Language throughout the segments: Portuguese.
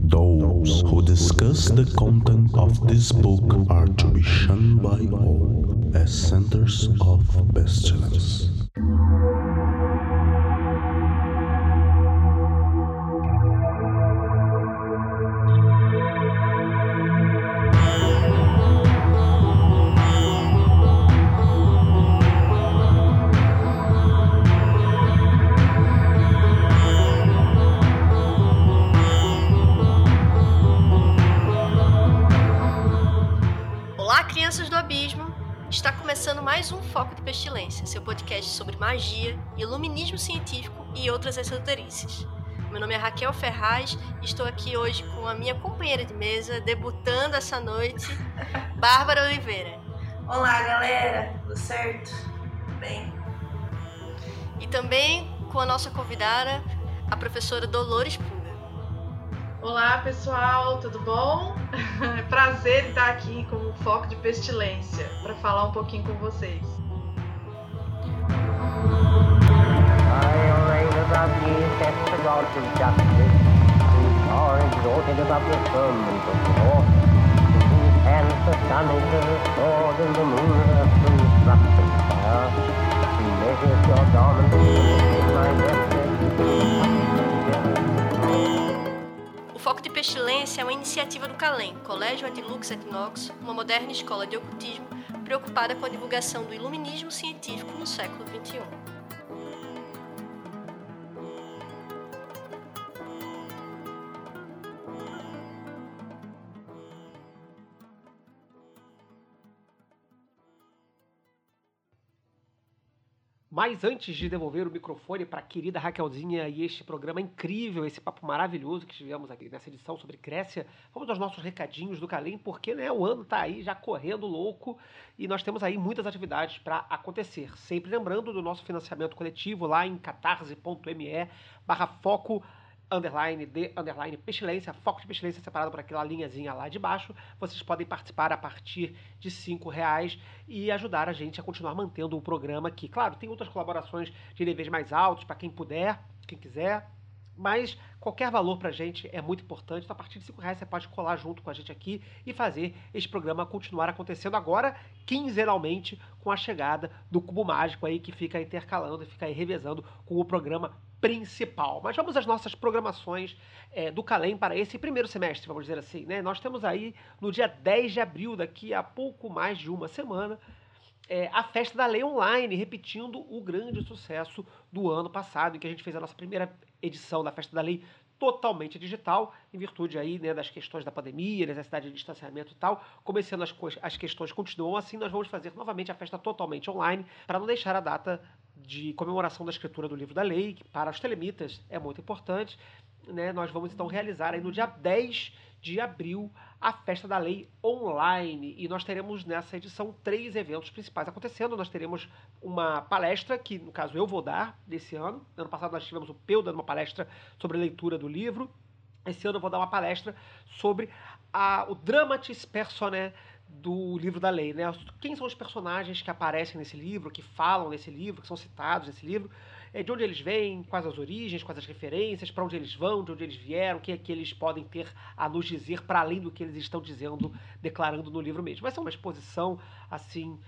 Those who discuss the content of this book are to be shunned by all as centers of pestilence. Olá, crianças do abismo! Está começando mais um Foco de Pestilência, seu podcast sobre magia, iluminismo científico e outras esoterices. Meu nome é Raquel Ferraz e estou aqui hoje com a minha companheira de mesa, debutando essa noite, Bárbara Oliveira. Olá, galera! Tudo certo? Bem? E também com a nossa convidada, a professora Dolores Puga. Olá, pessoal, tudo bom? É prazer estar aqui com o Foco de Pestilência para falar um pouquinho com vocês. O Foco de Pestilência é uma iniciativa do CALEM, Colégio Adlux et Nox, uma moderna escola de ocultismo preocupada com a divulgação do iluminismo científico no século XXI. Mas antes de devolver o microfone para a querida Raquelzinha e este programa incrível, esse papo maravilhoso que tivemos aqui nessa edição sobre Grécia, vamos aos nossos recadinhos do CALEM, porque o ano está aí já correndo louco e nós temos aí muitas atividades para acontecer. Sempre lembrando do nosso financiamento coletivo lá em catarse.me/foco _de_pestilência, Foco de Pestilência separado por aquela linhazinha lá de baixo. Vocês podem participar a partir de R$5 e ajudar a gente a continuar mantendo o programa aqui. Claro, tem outras colaborações de níveis mais altos para quem puder, quem quiser, mas qualquer valor pra gente é muito importante. Então, a partir de R$5 você pode colar junto com a gente aqui e fazer este programa continuar acontecendo agora, quinzenalmente, com a chegada do Cubo Mágico aí, que fica intercalando e fica aí revezando com o programa principal. Mas vamos às nossas programações do CALEM para esse primeiro semestre, vamos dizer assim, né? Nós temos aí, no dia 10 de abril, daqui a pouco mais de uma semana, a Festa da Lei Online, repetindo o grande sucesso do ano passado, em que a gente fez a nossa primeira edição da Festa da Lei totalmente digital, em virtude aí, né, das questões da pandemia, necessidade de distanciamento e tal. Como esse ano as questões continuam assim, nós vamos fazer novamente a festa totalmente online, para não deixar a data de comemoração da escritura do livro da lei, que para os telemitas é muito importante, né? Nós vamos então realizar aí no dia 10 de abril a Festa da Lei Online, e nós teremos nessa edição 3 eventos principais acontecendo. Nós teremos uma palestra, que no caso eu vou dar desse ano. Ano passado nós tivemos o Peu dando uma palestra sobre a leitura do livro. Esse ano eu vou dar uma palestra sobre o Dramatis Personae do livro da lei, né? Quem são os personagens que aparecem nesse livro, que falam nesse livro, que são citados nesse livro, de onde eles vêm, quais as origens, quais as referências, para onde eles vão, de onde eles vieram, o que é que eles podem ter a nos dizer para além do que eles estão dizendo, declarando no livro mesmo. Vai ser uma exposição assim,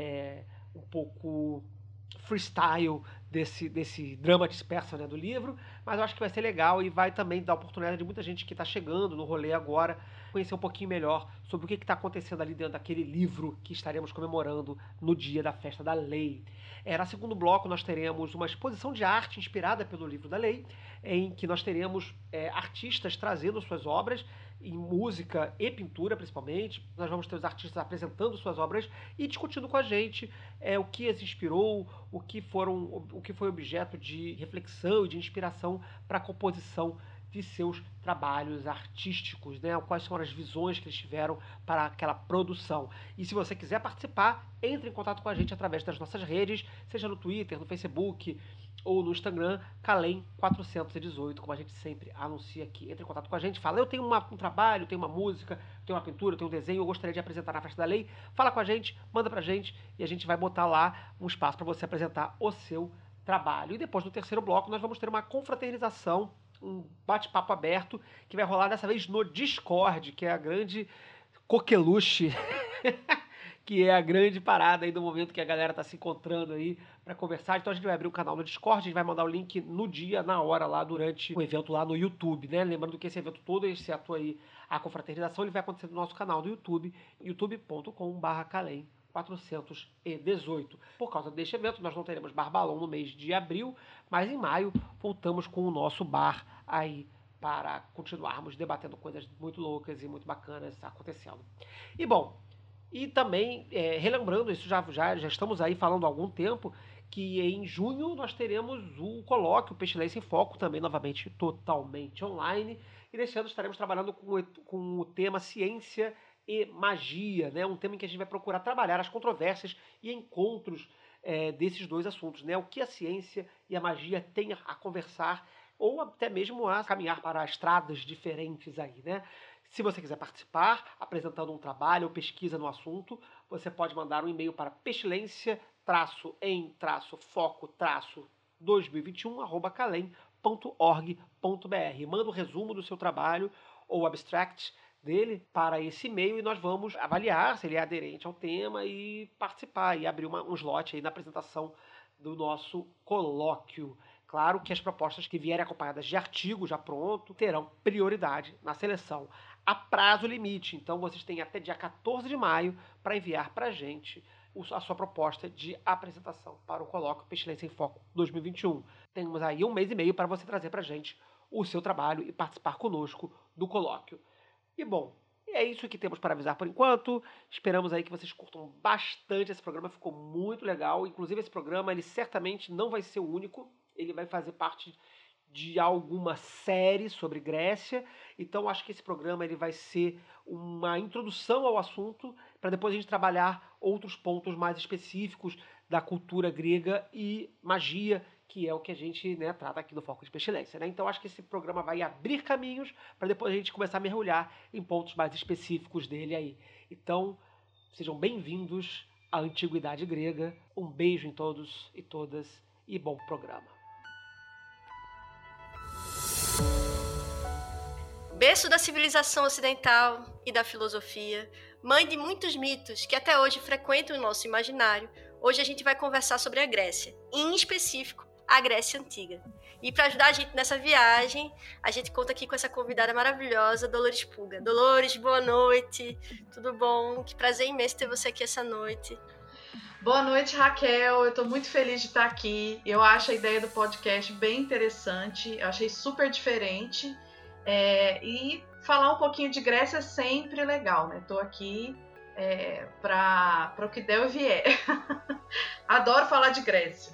um pouco freestyle desse Dramatis Personae, né, do livro, mas eu acho que vai ser legal e vai também dar oportunidade de muita gente que está chegando no rolê agora conhecer um pouquinho melhor sobre o que está acontecendo ali dentro daquele livro que estaremos comemorando no dia da Festa da Lei. No segundo bloco nós teremos uma exposição de arte inspirada pelo livro da lei, em que nós teremos artistas trazendo suas obras, em música e pintura principalmente. Nós vamos ter os artistas apresentando suas obras e discutindo com a gente o que as inspirou, o que foi objeto de reflexão e de inspiração para a composição de seus trabalhos artísticos, né? Quais são as visões que eles tiveram para aquela produção. E se você quiser participar, entre em contato com a gente através das nossas redes, seja no Twitter, no Facebook ou no Instagram, Calem418, como a gente sempre anuncia aqui. Entre em contato com a gente, fala, eu tenho um trabalho, tenho uma música, tenho uma pintura, tenho um desenho, eu gostaria de apresentar na Festa da Lei. Fala com a gente, manda pra gente e a gente vai botar lá um espaço para você apresentar o seu trabalho. E depois do terceiro bloco nós vamos ter uma confraternização um bate-papo aberto que vai rolar dessa vez no Discord, que é a grande coqueluche, que é a grande parada aí do momento que a galera tá se encontrando aí para conversar. Então a gente vai abrir um canal no Discord, a gente vai mandar o link no dia, na hora lá, durante o evento lá no YouTube, né? Lembrando que esse evento todo, exceto aí a confraternização, ele vai acontecer no nosso canal do YouTube, youtube.com/Kalem 418. Por causa deste evento, nós não teremos Bar Balão no mês de abril, mas em maio voltamos com o nosso bar aí para continuarmos debatendo coisas muito loucas e muito bacanas acontecendo. E bom, e também, relembrando, isso já estamos aí falando há algum tempo, que em junho nós teremos o colóquio Pestilência em Foco, também novamente totalmente online, e nesse ano estaremos trabalhando com o tema Ciência e Magia, né? Um tema em que a gente vai procurar trabalhar as controvérsias e encontros desses dois assuntos, né? O que a ciência e a magia têm a conversar, ou até mesmo a caminhar para estradas diferentes aí, né? Se você quiser participar, apresentando um trabalho ou pesquisa no assunto, você pode mandar um e-mail para pestilência-em-foco-2021@kalem.org.br. Manda um resumo do seu trabalho ou abstract dele para esse e-mail e nós vamos avaliar se ele é aderente ao tema e participar e abrir um slot aí na apresentação do nosso colóquio. Claro que as propostas que vierem acompanhadas de artigo já pronto terão prioridade na seleção. Há prazo limite, então vocês têm até dia 14 de maio para enviar para a gente a sua proposta de apresentação para o colóquio Pestilência em Foco 2021. Temos aí 1 mês e meio para você trazer para a gente o seu trabalho e participar conosco do colóquio. E bom, é isso que temos para avisar por enquanto. Esperamos aí que vocês curtam bastante esse programa, ficou muito legal. Inclusive esse programa, ele certamente não vai ser o único, ele vai fazer parte de alguma série sobre Grécia, então acho que esse programa ele vai ser uma introdução ao assunto, para depois a gente trabalhar outros pontos mais específicos da cultura grega e magia, que é o que a gente, né, trata aqui no Foco de Pestilência, né? Então acho que esse programa vai abrir caminhos para depois a gente começar a mergulhar em pontos mais específicos dele aí. Então, sejam bem-vindos à Antiguidade Grega, um beijo em todos e todas e bom programa. Berço da civilização ocidental e da filosofia, mãe de muitos mitos que até hoje frequentam o nosso imaginário, hoje a gente vai conversar sobre a Grécia, em específico, a Grécia Antiga. E para ajudar a gente nessa viagem, a gente conta aqui com essa convidada maravilhosa, Dolores Puga. Dolores, boa noite, tudo bom? Que prazer imenso ter você aqui essa noite. Boa noite, Raquel. Eu tô muito feliz de estar aqui. Eu acho a ideia do podcast bem interessante, eu achei super diferente. E falar um pouquinho de Grécia é sempre legal, né? Tô aqui para o que der ou vier. Adoro falar de Grécia.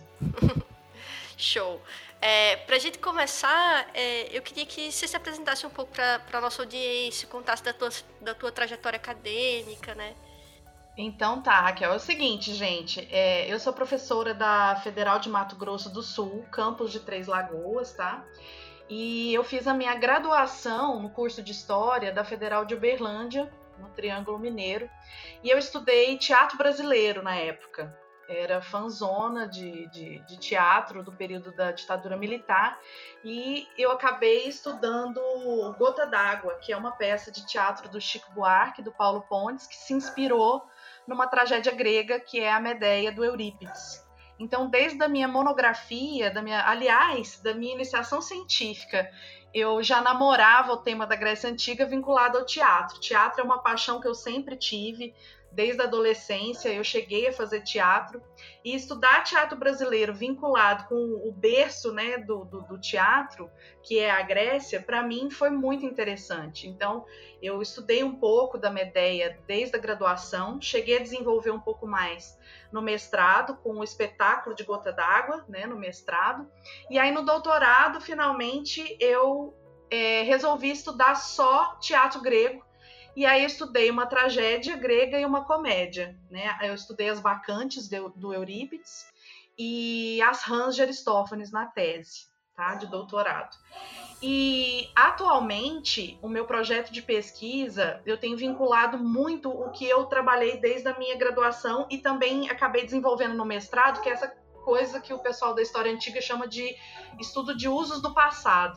Show. Pra gente começar, eu queria que você se apresentasse um pouco para a nossa audiência, contasse da tua trajetória acadêmica, né? Então tá, Raquel, é o seguinte, gente, eu sou professora da Federal de Mato Grosso do Sul, campus de Três Lagoas, tá? E eu fiz a minha graduação no curso de História da Federal de Uberlândia, no Triângulo Mineiro, e eu estudei teatro brasileiro na época. Era fanzona de teatro do período da ditadura militar, e eu acabei estudando Gota d'Água, que é uma peça de teatro do Chico Buarque, do Paulo Pontes, que se inspirou numa tragédia grega, que é a Medéia, do Eurípides. Então, desde a minha monografia, da minha iniciação científica, eu já namorava o tema da Grécia Antiga vinculado ao teatro. Teatro é uma paixão que eu sempre tive, desde a adolescência eu cheguei a fazer teatro, e estudar teatro brasileiro vinculado com o berço, né, do teatro, que é a Grécia, para mim foi muito interessante. Então, eu estudei um pouco da Medéia desde a graduação, cheguei a desenvolver um pouco mais no mestrado, com o espetáculo de Gota d'Água, né, no mestrado, e aí no doutorado, finalmente, eu resolvi estudar só teatro grego. E aí eu estudei uma tragédia grega e uma comédia, né? Eu estudei as Bacantes do Eurípides e as rãs de Aristófanes na tese, tá? De doutorado. E atualmente, o meu projeto de pesquisa, eu tenho vinculado muito o que eu trabalhei desde a minha graduação e também acabei desenvolvendo no mestrado, que é essa coisa que o pessoal da história antiga chama de estudo de usos do passado.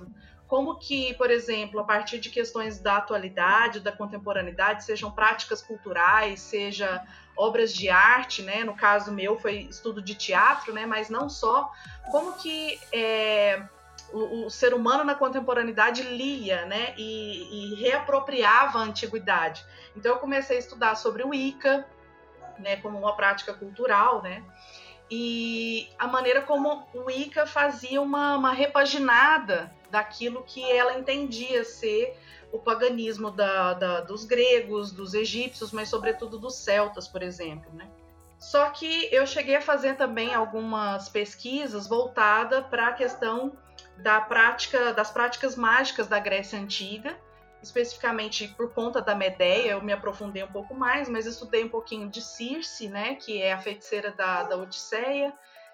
como que, por exemplo, a partir de questões da atualidade, da contemporaneidade, sejam práticas culturais, seja obras de arte, né? No caso meu foi estudo de teatro, né? Mas não só, como que o ser humano na contemporaneidade lia, né? E reapropriava a antiguidade. Então eu comecei a estudar sobre o Wicca, né? Como uma prática cultural, né? E a maneira como o Wicca fazia uma repaginada daquilo que ela entendia ser o paganismo dos gregos, dos egípcios, mas sobretudo dos celtas, por exemplo, né? Só que eu cheguei a fazer também algumas pesquisas voltadas para a questão das práticas mágicas da Grécia Antiga, especificamente por conta da Medeia. Eu me aprofundei um pouco mais, mas estudei um pouquinho de Circe, né, que é a feiticeira da Odisseia,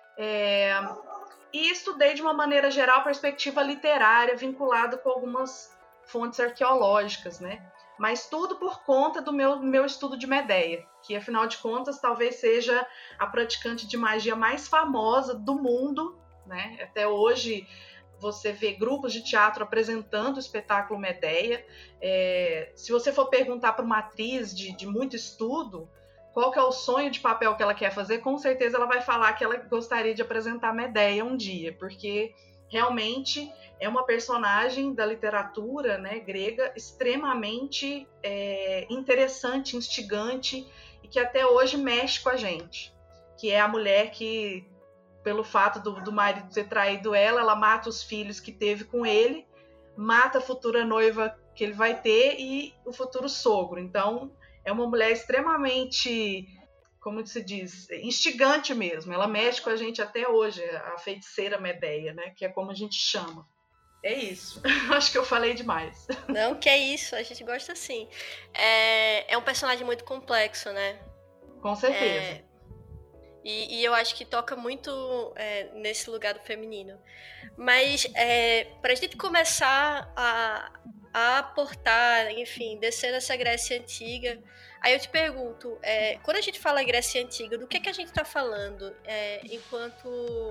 e estudei de uma maneira geral a perspectiva literária vinculada com algumas fontes arqueológicas, né, mas tudo por conta do meu estudo de Medeia, que afinal de contas talvez seja a praticante de magia mais famosa do mundo, né, até hoje. Você vê grupos de teatro apresentando o espetáculo Medeia. Se você for perguntar para uma atriz de muito estudo qual que é o sonho de papel que ela quer fazer, com certeza ela vai falar que ela gostaria de apresentar Medeia um dia, porque realmente é uma personagem da literatura, né, grega extremamente interessante, instigante, e que até hoje mexe com a gente, que é a mulher que, pelo fato do marido ter traído ela mata os filhos que teve com ele, mata a futura noiva que ele vai ter e o futuro sogro. Então, é uma mulher extremamente, como se diz, instigante mesmo. Ela mexe com a gente até hoje, a feiticeira Medeia, né? Que é como a gente chama. É isso. Acho que eu falei demais. Não, que é isso. A gente gosta sim. É um personagem muito complexo, né? Com certeza. E eu acho que toca muito nesse lugar do feminino. Mas para a gente começar a aportar, enfim, descer nessa Grécia Antiga, aí eu te pergunto, quando a gente fala Grécia Antiga, do que a gente está falando enquanto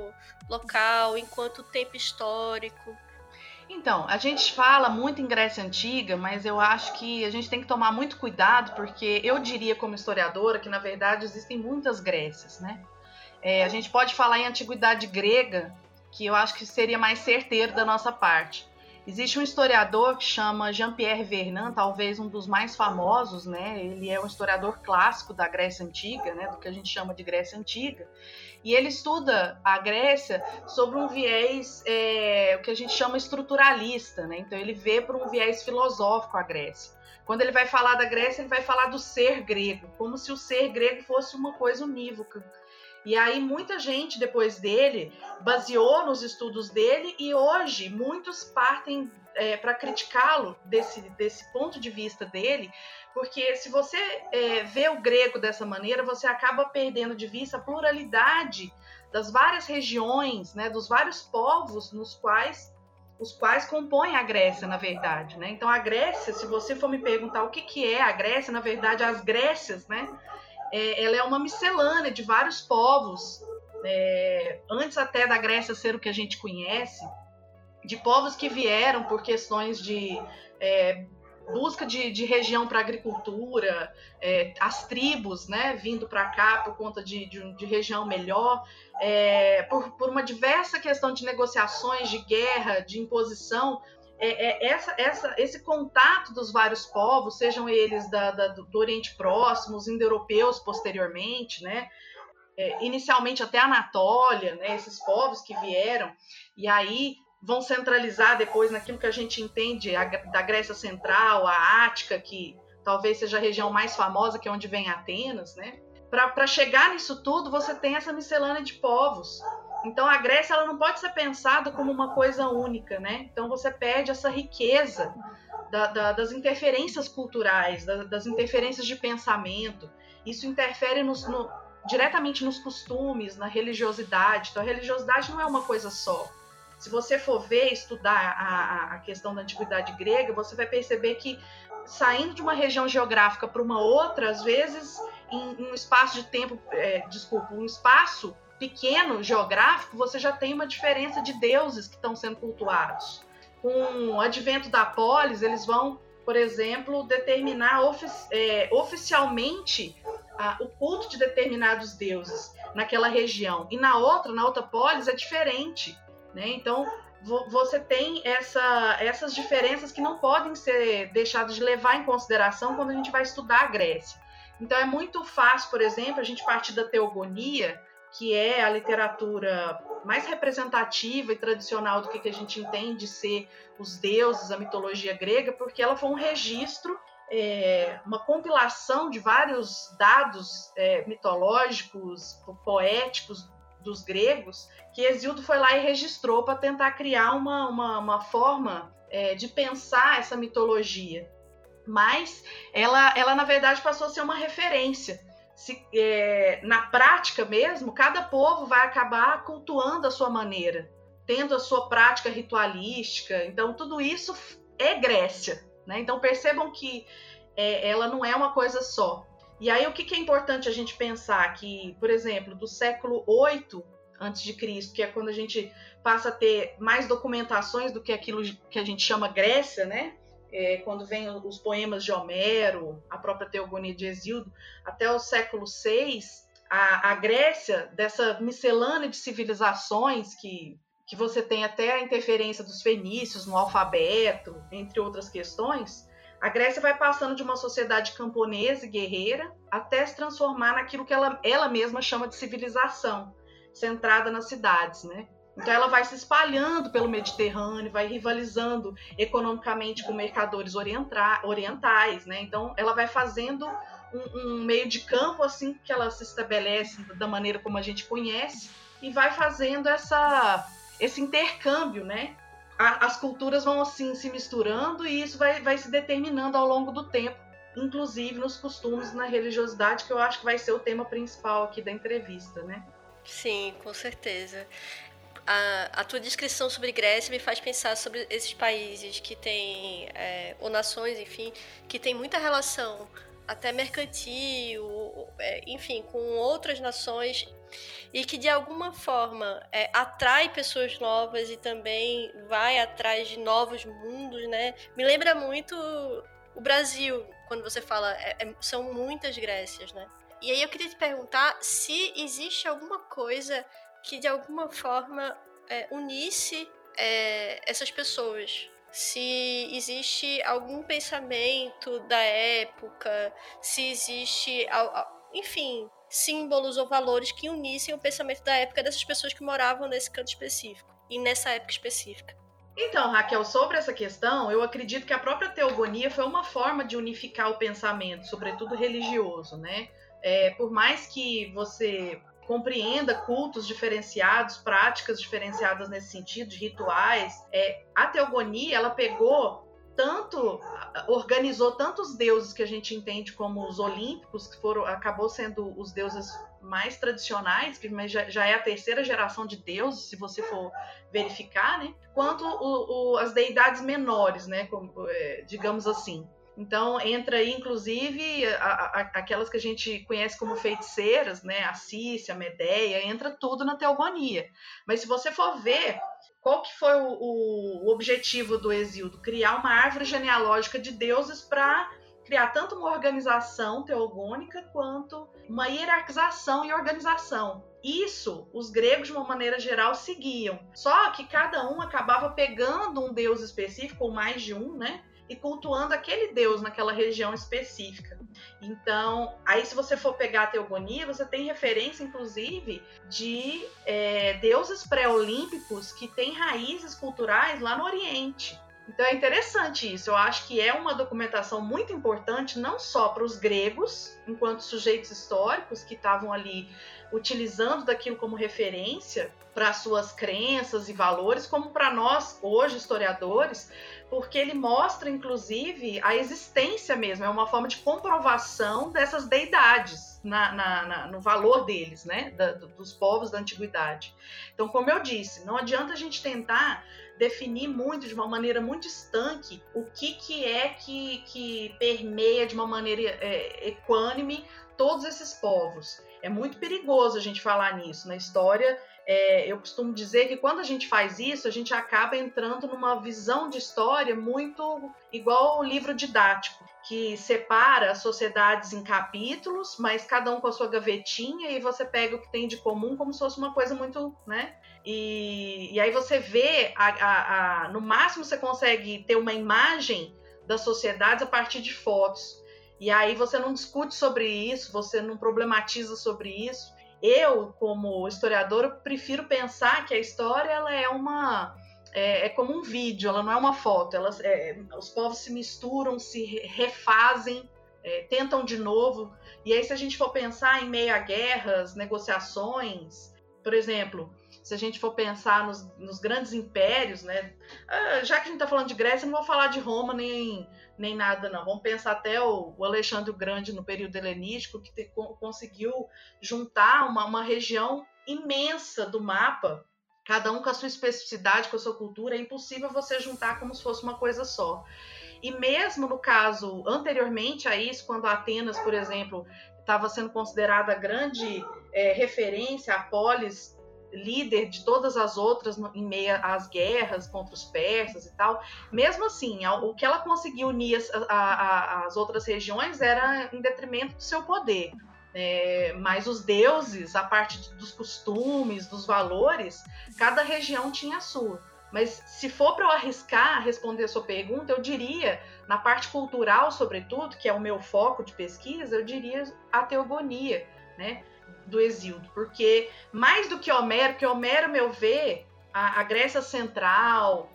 local, enquanto tempo histórico? Então, a gente fala muito em Grécia Antiga, mas eu acho que a gente tem que tomar muito cuidado, porque eu diria como historiadora que, na verdade, existem muitas Grécias, né? A gente pode falar em Antiguidade Grega, que eu acho que seria mais certeiro da nossa parte. Existe um historiador que chama Jean-Pierre Vernant, talvez um dos mais famosos, né? Ele é um historiador clássico da Grécia Antiga, né? Do que a gente chama de Grécia Antiga. E ele estuda a Grécia sobre um viés, o que a gente chama estruturalista, né? Então ele vê por um viés filosófico a Grécia. Quando ele vai falar da Grécia, ele vai falar do ser grego, como se o ser grego fosse uma coisa unívoca. E aí muita gente depois dele baseou nos estudos dele, e hoje muitos partem para criticá-lo desse ponto de vista dele, porque se você vê o grego dessa maneira, você acaba perdendo de vista a pluralidade das várias regiões, né, dos vários povos os quais compõem a Grécia, na verdade, né? Então a Grécia, se você for me perguntar o que é a Grécia, na verdade as Grécias, né, ela é uma miscelânea de vários povos, antes até da Grécia ser o que a gente conhece, de povos que vieram por questões de busca de região para agricultura, as tribos, né, vindo para cá por conta de região melhor, por uma diversa questão de negociações, de guerra, de imposição. Esse contato dos vários povos, sejam eles do Oriente Próximo, os indo-europeus posteriormente, né? Inicialmente até a Anatólia, né? Esses povos que vieram, e aí vão centralizar depois naquilo que a gente entende da Grécia Central, a Ática, que talvez seja a região mais famosa, que é onde vem Atenas, né? Para chegar nisso tudo, você tem essa miscelânea de povos. Então a Grécia ela não pode ser pensada como uma coisa única, né? Então você perde essa riqueza das interferências culturais, das interferências de pensamento. Isso interfere diretamente nos costumes, na religiosidade. Então a religiosidade não é uma coisa só. Se você for ver, estudar a questão da antiguidade grega, você vai perceber que saindo de uma região geográfica para uma outra, às vezes em um espaço de tempo, um espaço pequeno geográfico, você já tem uma diferença de deuses que estão sendo cultuados. com o advento da polis, eles vão, por exemplo, determinar oficialmente o culto de determinados deuses naquela região. E na outra polis, é diferente, né? Então, você tem essas diferenças que não podem ser deixadas de levar em consideração quando a gente vai estudar a Grécia. Então, é muito fácil, por exemplo, a gente partir da teogonia, que é a literatura mais representativa e tradicional do que a gente entende ser os deuses, a mitologia grega, porque ela foi um registro, uma compilação de vários dados mitológicos, poéticos dos gregos, que Hesíodo foi lá e registrou para tentar criar uma forma de pensar essa mitologia. Mas ela, na verdade, passou a ser uma referência. Na prática mesmo, cada povo vai acabar cultuando a sua maneira, tendo a sua prática ritualística. Então, tudo isso é Grécia, né? Então, percebam que ela não é uma coisa só. E aí, o que é importante a gente pensar? Que, por exemplo, do século VIII a.C., que é quando a gente passa a ter mais documentações do que aquilo que a gente chama Grécia, né? Quando vem os poemas de Homero, a própria Teogonia de Hesíodo, até o século VI, a Grécia, dessa miscelânea de civilizações que você tem até a interferência dos fenícios no alfabeto, entre outras questões, a Grécia vai passando de uma sociedade camponesa e guerreira até se transformar naquilo que ela mesma chama de civilização, centrada nas cidades, né? Então ela vai se espalhando pelo Mediterrâneo, vai rivalizando economicamente com mercadores orientais, né? Então ela vai fazendo um meio de campo assim que ela se estabelece da maneira como a gente conhece e vai fazendo esse intercâmbio, né? As culturas vão assim se misturando e isso vai se determinando ao longo do tempo, inclusive nos costumes e na religiosidade, que eu acho que vai ser o tema principal aqui da entrevista, né? Sim, com certeza. A tua descrição sobre Grécia me faz pensar sobre esses países que têm, ou nações, enfim, que têm muita relação até mercantil, enfim, com outras nações e que de alguma forma atrai pessoas novas e também vai atrás de novos mundos, né? Me lembra muito o Brasil, quando você fala, são muitas Grécias, né? E aí eu queria te perguntar se existe alguma coisa que de alguma forma unisse essas pessoas. Se existe algum pensamento da época, se existe, enfim, símbolos ou valores que unissem o pensamento da época dessas pessoas que moravam nesse canto específico e nessa época específica. Então, Raquel, sobre essa questão, eu acredito que a própria teogonia foi uma forma de unificar o pensamento, sobretudo religioso, né? Por mais que você compreenda cultos diferenciados, práticas diferenciadas nesse sentido, de rituais, a teogonia, ela organizou tantos deuses que a gente entende como os olímpicos, que acabou sendo os deuses mais tradicionais, mas já é a terceira geração de deuses, se você for verificar, né? Quanto as deidades menores, né? Digamos assim. Então, entra aí, inclusive, aquelas que a gente conhece como feiticeiras, né? A Cícia, a Medeia, entra tudo na teogonia. Mas se você for ver, qual que foi o objetivo do Hesíodo? Criar uma árvore genealógica de deuses para criar tanto uma organização teogônica quanto uma hierarquização e organização. Isso, os gregos, de uma maneira geral, seguiam. Só que cada um acabava pegando um deus específico, ou mais de um, né? E cultuando aquele deus naquela região específica. Então, aí se você for pegar a teogonia, você tem referência, inclusive, de deuses pré-olímpicos que têm raízes culturais lá no Oriente. Então é interessante isso. Eu acho que é uma documentação muito importante, não só para os gregos, enquanto sujeitos históricos que estavam ali utilizando daquilo como referência para suas crenças e valores, como para nós, hoje, historiadores, porque ele mostra, inclusive, a existência mesmo, é uma forma de comprovação dessas deidades no valor deles, né, dos povos da antiguidade. Então, como eu disse, não adianta a gente tentar definir muito, de uma maneira muito estanque, o que é que permeia de uma maneira equânime todos esses povos. É muito perigoso a gente falar nisso. Na história eu costumo dizer que quando a gente faz isso, a gente acaba entrando numa visão de história muito igual ao livro didático, que separa as sociedades em capítulos, mas cada um com a sua gavetinha, e você pega o que tem de comum como se fosse uma coisa muito, né? E aí você vê, no máximo você consegue ter uma imagem das sociedades a partir de fotos. E aí você não discute sobre isso, você não problematiza sobre isso. Eu, como historiadora, prefiro pensar que a história ela é como um vídeo, ela não é uma foto. Os povos se misturam, se refazem, tentam de novo. E aí, se a gente for pensar em meio a guerras, negociações, por exemplo, se a gente for pensar nos grandes impérios, né? Já que a gente está falando de Grécia, não vou falar de Roma nem nada, não. Vamos pensar até o Alexandre o Grande no período helenístico, que conseguiu juntar uma região imensa do mapa, cada um com a sua especificidade, com a sua cultura. É impossível você juntar como se fosse uma coisa só. E mesmo no caso, anteriormente a isso, quando Atenas, por exemplo, estava sendo considerada a grande referência, a polis, líder de todas as outras em meio às guerras contra os persas e tal, mesmo assim, o que ela conseguiu unir as outras regiões era em detrimento do seu poder. Mas os deuses, a parte dos costumes, dos valores, cada região tinha a sua. Mas se for para eu arriscar responder a sua pergunta, eu diria, na parte cultural, sobretudo, que é o meu foco de pesquisa, eu diria a teogonia, né, do Hesíodo. Porque, mais do que Homero, que Homero, meu ver, a Grécia Central,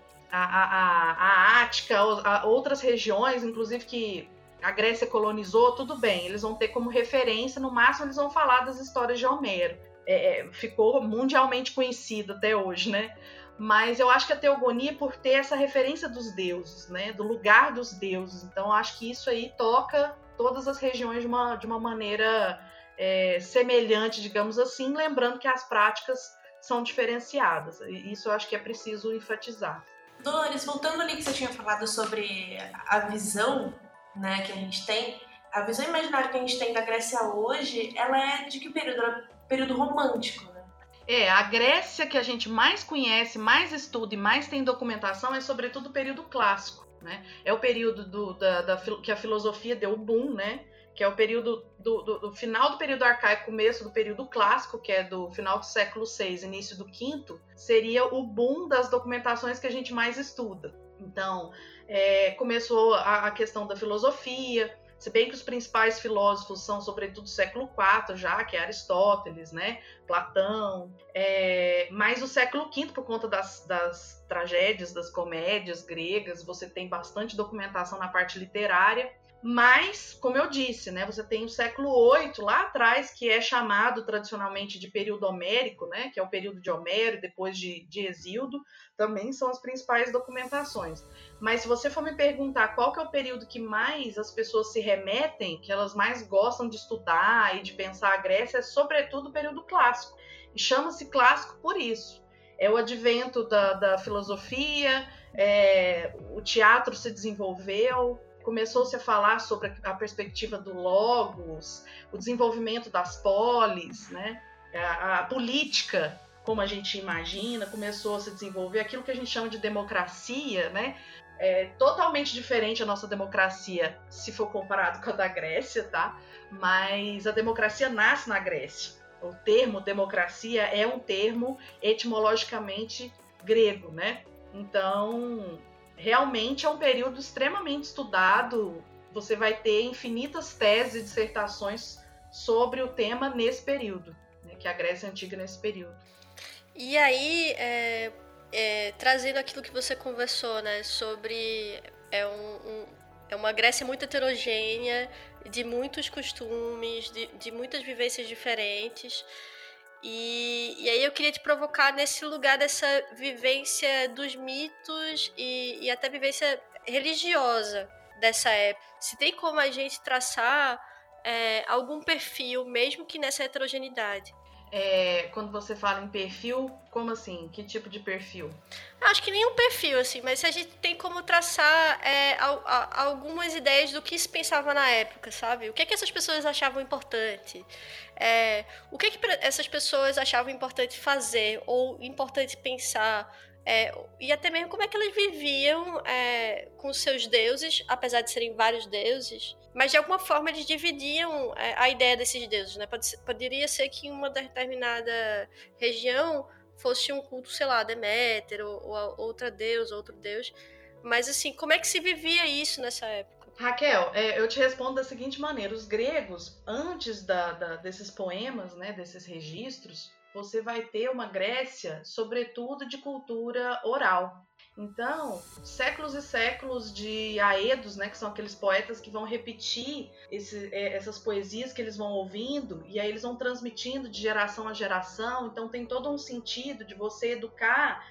a Ática, outras regiões, inclusive que a Grécia colonizou, tudo bem, eles vão ter como referência, no máximo eles vão falar das histórias de Homero. Ficou mundialmente conhecido até hoje, né? Mas eu acho que a teogonia, por ter essa referência dos deuses, né, do lugar dos deuses, então eu acho que isso aí toca todas as regiões de uma maneira semelhante, digamos assim, lembrando que as práticas são diferenciadas. Isso eu acho que é preciso enfatizar. Dolores, voltando ali que você tinha falado sobre a visão, né, que a gente tem, a visão imaginária que a gente tem da Grécia hoje, ela é de que período? Ela é período romântico, né? A Grécia que a gente mais conhece, mais estuda e mais tem documentação é sobretudo o período clássico, né? É o período que a filosofia deu o boom, né? Que é o período do final do período arcaico, começo do período clássico, que é do final do século VI, início do V, seria o boom das documentações que a gente mais estuda. Então, começou a questão da filosofia, se bem que os principais filósofos são, sobretudo, do século IV já, que é Aristóteles, né? Platão, mas o século V, por conta das tragédias, das comédias gregas, você tem bastante documentação na parte literária. Mas, como eu disse, né, você tem o século VIII lá atrás, que é chamado tradicionalmente de período homérico, né, que é o período de Homero e depois de Hesíodo, também são as principais documentações. Mas se você for me perguntar qual que é o período que mais as pessoas se remetem, que elas mais gostam de estudar e de pensar a Grécia, é sobretudo o período clássico. E chama-se clássico por isso. É o advento da filosofia, o teatro se desenvolveu, começou-se a falar sobre a perspectiva do logos, o desenvolvimento das polis, né? A política, como a gente imagina, começou a se desenvolver, aquilo que a gente chama de democracia, né? É totalmente diferente a nossa democracia, se for comparado com a da Grécia, tá? Mas a democracia nasce na Grécia. O termo democracia é um termo etimologicamente grego, né? Então, realmente é um período extremamente estudado. Você vai ter infinitas teses e dissertações sobre o tema nesse período, né, que é a Grécia Antiga nesse período. E aí, trazendo aquilo que você conversou, né, sobre uma Grécia muito heterogênea, de muitos costumes, de muitas vivências diferentes. E aí eu queria te provocar nesse lugar dessa vivência dos mitos e até vivência religiosa dessa época. Se tem como a gente traçar algum perfil, mesmo que nessa heterogeneidade. quando você fala em perfil, como assim? Que tipo de perfil? Acho que nenhum perfil, assim, mas a gente tem como traçar algumas ideias do que se pensava na época, sabe? O que essas pessoas achavam importante? O que essas pessoas achavam importante fazer ou importante pensar? E até mesmo como é que elas viviam com seus deuses, apesar de serem vários deuses, mas de alguma forma eles dividiam a ideia desses deuses, né? Poderia ser que em uma determinada região fosse um culto, sei lá, Deméter, ou outra deusa, outro deus, mas assim, como é que se vivia isso nessa época? Raquel, eu te respondo da seguinte maneira: os gregos, antes desses poemas, né, desses registros, você vai ter uma Grécia, sobretudo de cultura oral. Então, séculos e séculos de aedos, né, que são aqueles poetas que vão repetir essas poesias que eles vão ouvindo, e aí eles vão transmitindo de geração a geração. Então tem todo um sentido de você educar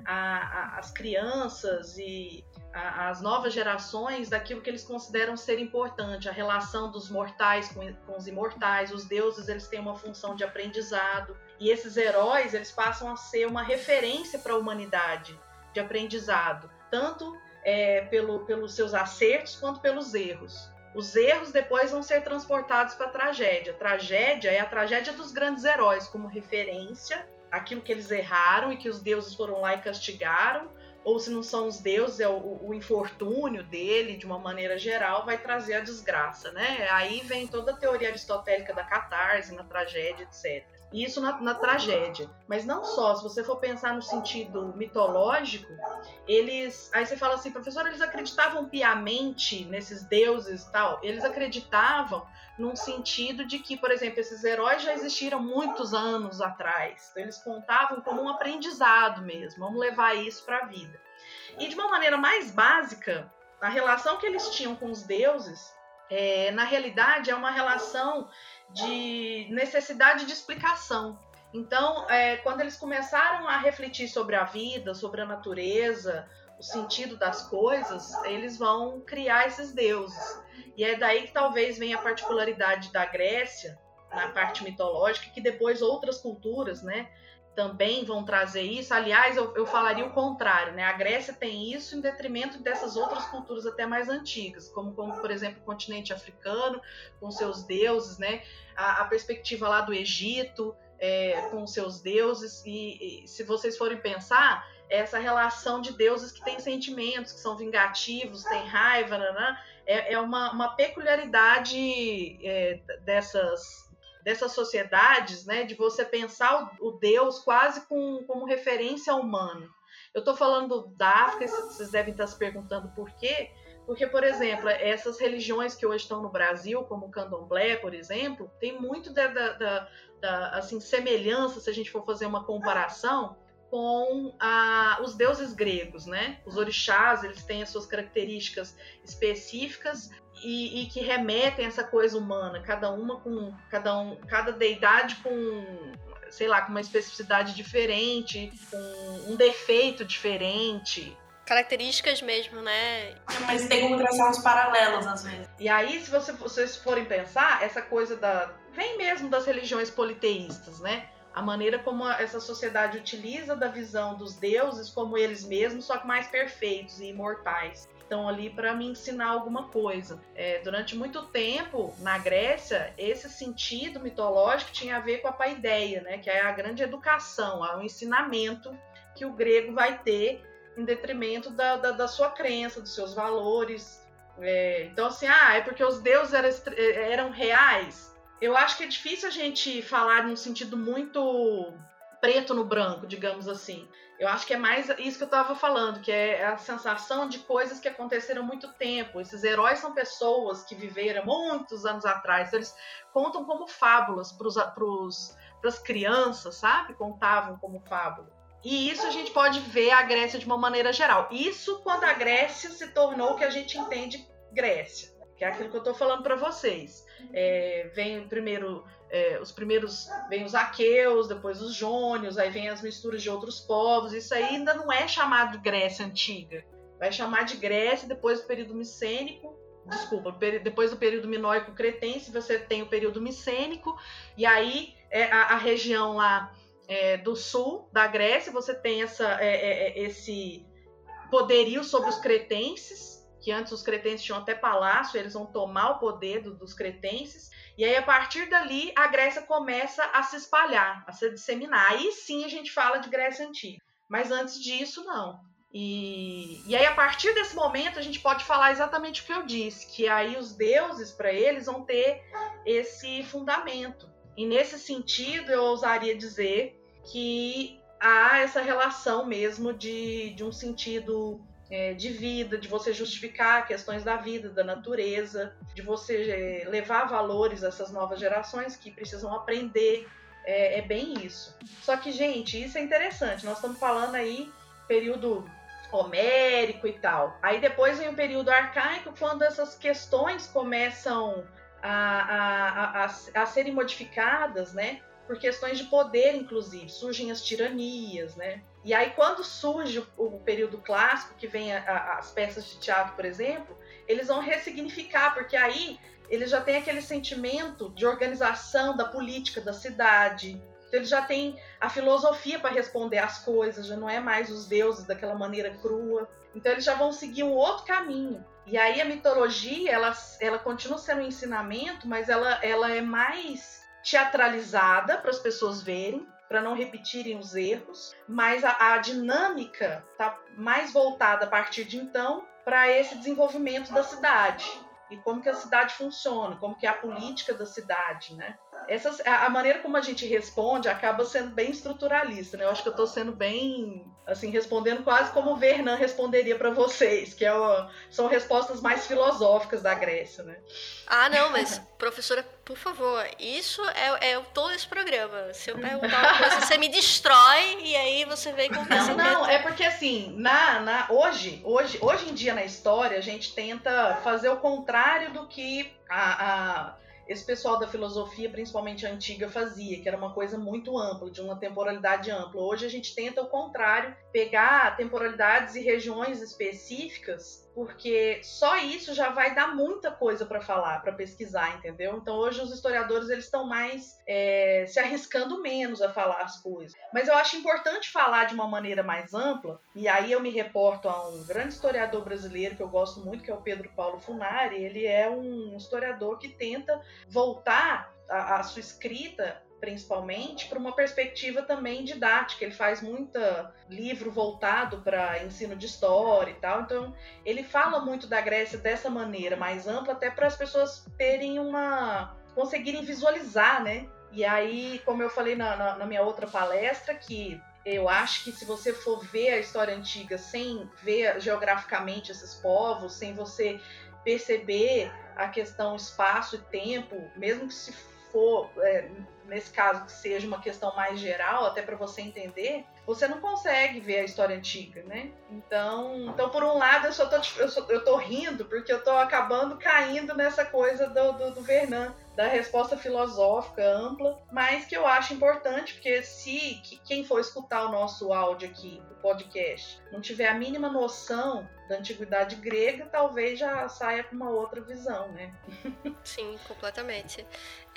as crianças e as novas gerações daquilo que eles consideram ser importante, a relação dos mortais com os imortais. Os deuses, eles têm uma função de aprendizado, e esses heróis, eles passam a ser uma referência para a humanidade de aprendizado, tanto pelos seus acertos quanto pelos erros. Os erros depois vão ser transportados para a tragédia. A tragédia é a tragédia dos grandes heróis, como referência àquilo que eles erraram e que os deuses foram lá e castigaram, ou se não são os deuses, é o infortúnio dele, de uma maneira geral, vai trazer a desgraça, né? Aí vem toda a teoria aristotélica da catarse, na tragédia, etc. Isso na tragédia. Mas não só, se você for pensar no sentido mitológico, aí você fala assim, professor, eles acreditavam piamente nesses deuses e tal? Eles acreditavam num sentido de que, por exemplo, esses heróis já existiram muitos anos atrás. Então, eles contavam como um aprendizado mesmo, vamos levar isso para a vida. E de uma maneira mais básica, a relação que eles tinham com os deuses, na realidade, é uma relação de necessidade de explicação. Então, quando eles começaram a refletir sobre a vida, sobre a natureza, o sentido das coisas, eles vão criar esses deuses. E é daí que talvez venha a particularidade da Grécia, na parte mitológica, que depois outras culturas, né, também vão trazer isso. Aliás, eu falaria o contrário, né? A Grécia tem isso em detrimento dessas outras culturas até mais antigas, como por exemplo, o continente africano, com seus deuses, né? A perspectiva lá do Egito, com seus deuses. E se vocês forem pensar, essa relação de deuses que têm sentimentos, que são vingativos, têm raiva, é uma peculiaridade dessas sociedades, né, de você pensar o Deus quase como referência humana. Eu estou falando da África, vocês devem estar se perguntando por quê. Porque, por exemplo, essas religiões que hoje estão no Brasil, como o candomblé, por exemplo, tem muito assim, semelhança, se a gente for fazer uma comparação, com os deuses gregos, né? Os orixás, eles têm as suas características específicas e que remetem a essa coisa humana, cada deidade com, sei lá, com uma especificidade diferente, com um defeito diferente. Características mesmo, né? Mas tem como traçar uns paralelos, às vezes. E aí, se vocês forem pensar, essa coisa vem mesmo das religiões politeístas, né? A maneira como essa sociedade utiliza da visão dos deuses como eles mesmos, só que mais perfeitos e imortais. Estão ali para me ensinar alguma coisa. Durante muito tempo, na Grécia, esse sentido mitológico tinha a ver com a paideia, né? Que é a grande educação, o ensinamento que o grego vai ter em detrimento da sua crença, dos seus valores. Então, assim, é porque os deuses eram reais. Eu acho que é difícil a gente falar num sentido muito preto no branco, digamos assim. Eu acho que é mais isso que eu estava falando, que é a sensação de coisas que aconteceram há muito tempo. Esses heróis são pessoas que viveram muitos anos atrás. Então, eles contam como fábulas para as crianças, sabe? Contavam como fábula. E isso a gente pode ver a Grécia de uma maneira geral. Isso quando a Grécia se tornou o que a gente entende Grécia, que é aquilo que eu estou falando para vocês. Vem primeiro vem os aqueus, depois os jônios, aí vem as misturas de outros povos. Isso aí ainda não é chamado de Grécia Antiga. Vai chamar de Grécia depois do período micênico. Desculpa, depois do período minoico-cretense, você tem o período micênico, e aí a região lá do sul da Grécia, você tem esse poderio sobre os cretenses, que antes os cretenses tinham até palácio, eles vão tomar o poder dos cretenses, e aí a partir dali a Grécia começa a se espalhar, a se disseminar. Aí sim a gente fala de Grécia Antiga, mas antes disso não. E aí a partir desse momento a gente pode falar exatamente o que eu disse, que aí os deuses para eles vão ter esse fundamento. E nesse sentido eu ousaria dizer que há essa relação mesmo de um sentido de vida, de você justificar questões da vida, da natureza, de você levar valores a essas novas gerações que precisam aprender. É bem isso. Só que, gente, isso é interessante. Nós estamos falando aí período homérico e tal. Aí depois vem o período arcaico, quando essas questões começam a serem modificadas, né? Por questões de poder, inclusive. Surgem as tiranias, né? E aí, quando surge o período clássico, que vem as peças de teatro, por exemplo, eles vão ressignificar, porque aí eles já têm aquele sentimento de organização da política da cidade. Então, eles já têm a filosofia para responder às coisas, já não é mais os deuses daquela maneira crua. Então, eles já vão seguir um outro caminho. E aí, a mitologia, ela continua sendo um ensinamento, mas ela é mais teatralizada para as pessoas verem, para não repetirem os erros, mas a dinâmica está mais voltada a partir de então para esse desenvolvimento da cidade e como que a cidade funciona, como que é a política da cidade, né? A maneira como a gente responde acaba sendo bem estruturalista, né? Eu acho que eu estou sendo bem, assim, respondendo quase como o Vernon responderia para vocês, que são respostas mais filosóficas da Grécia, né? Ah, não, mas, professora, por favor, isso é todo esse programa. Se eu perguntar uma coisa, você me destrói e aí você vem com pensamento. Não, é porque assim, hoje em dia na história, a gente tenta fazer o contrário do que esse pessoal da filosofia, principalmente a antiga, fazia, que era uma coisa muito ampla, de uma temporalidade ampla. Hoje a gente tenta o contrário, pegar temporalidades e regiões específicas, porque só isso já vai dar muita coisa para falar, para pesquisar, entendeu? Então hoje os historiadores eles estão mais se arriscando menos a falar as coisas. Mas eu acho importante falar de uma maneira mais ampla, e aí eu me reporto a um grande historiador brasileiro que eu gosto muito, que é o Pedro Paulo Funari. Ele é um historiador que tenta voltar a sua escrita, principalmente, para uma perspectiva também didática. Ele faz muito livro voltado para ensino de história e tal. Então, ele fala muito da Grécia dessa maneira mais ampla, até para as pessoas terem conseguirem visualizar, né? E aí, como eu falei na minha outra palestra, que eu acho que se você for ver a história antiga sem ver geograficamente esses povos, sem você perceber a questão espaço e tempo, mesmo que se for, nesse caso, que seja uma questão mais geral, até para você entender, você não consegue ver a história antiga, né? Então por um lado, eu tô rindo, porque eu tô acabando caindo nessa coisa do Vernon, da resposta filosófica ampla, mas que eu acho importante, porque se quem for escutar o nosso áudio aqui, o podcast, não tiver a mínima noção da antiguidade grega, talvez já saia com uma outra visão, né? Sim, completamente.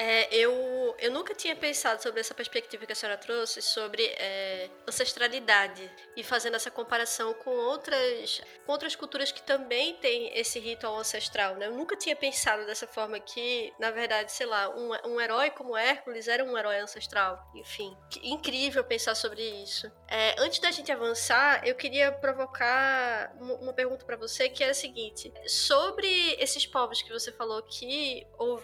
Eu nunca tinha pensado sobre essa perspectiva que a senhora trouxe, sobre ancestralidade, e fazendo essa comparação com outras culturas que também têm esse ritual ancestral, né? Eu nunca tinha pensado dessa forma que, na verdade, sei lá, um herói como Hércules era um herói ancestral. Enfim, incrível pensar sobre isso. Antes da gente avançar, eu queria provocar uma pergunta para você, que é a seguinte: sobre esses povos que você falou que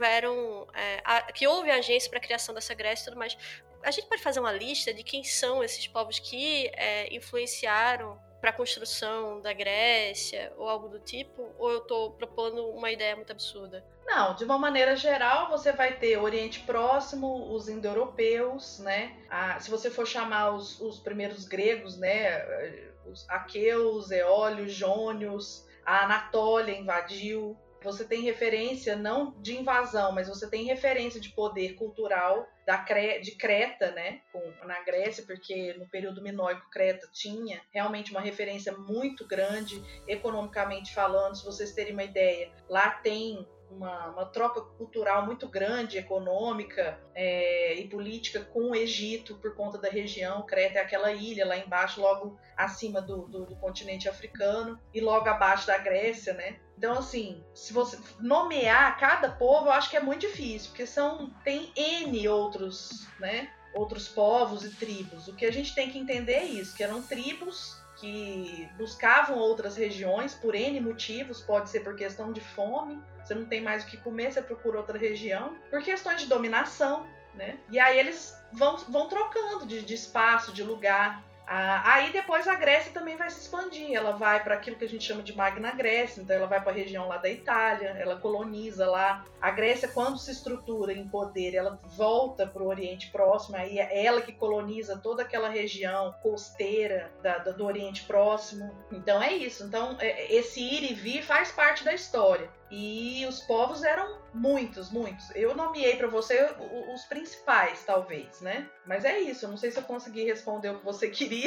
que houve agência para a criação dessa Grécia e tudo mais, a gente pode fazer uma lista de quem são esses povos que influenciaram para a construção da Grécia ou algo do tipo? Ou eu estou propondo uma ideia muito absurda? Não, de uma maneira geral, você vai ter o Oriente Próximo, os indo-europeus, né? Se você for chamar os primeiros gregos, né? Os aqueus, eólios, jônios, a Anatólia invadiu. Você tem referência não de invasão, mas você tem referência de poder cultural de Creta, né, na Grécia, porque no período minoico Creta tinha realmente uma referência muito grande, economicamente falando. Se vocês terem uma ideia, lá tem uma troca cultural muito grande, econômica e política com o Egito por conta da região. Creta é aquela ilha lá embaixo, logo acima do continente africano e logo abaixo da Grécia, né? Então, assim, se você nomear cada povo, eu acho que é muito difícil, porque tem N outros, né? Outros povos e tribos. O que a gente tem que entender é isso, que eram tribos que buscavam outras regiões por N motivos, pode ser por questão de fome, você não tem mais o que comer, você procura outra região, por questões de dominação, né? E aí eles vão trocando de espaço, de lugar. Aí depois a Grécia também vai se expandir, ela vai para aquilo que a gente chama de Magna Grécia, então ela vai para a região lá da Itália, ela coloniza lá. A Grécia, quando se estrutura em poder, ela volta para o Oriente Próximo, aí é ela que coloniza toda aquela região costeira do Oriente Próximo. Então é isso, então esse ir e vir faz parte da história. E os povos eram muitos. Eu nomeei para você os principais, talvez, né? Mas é isso, eu não sei se eu consegui responder o que você queria.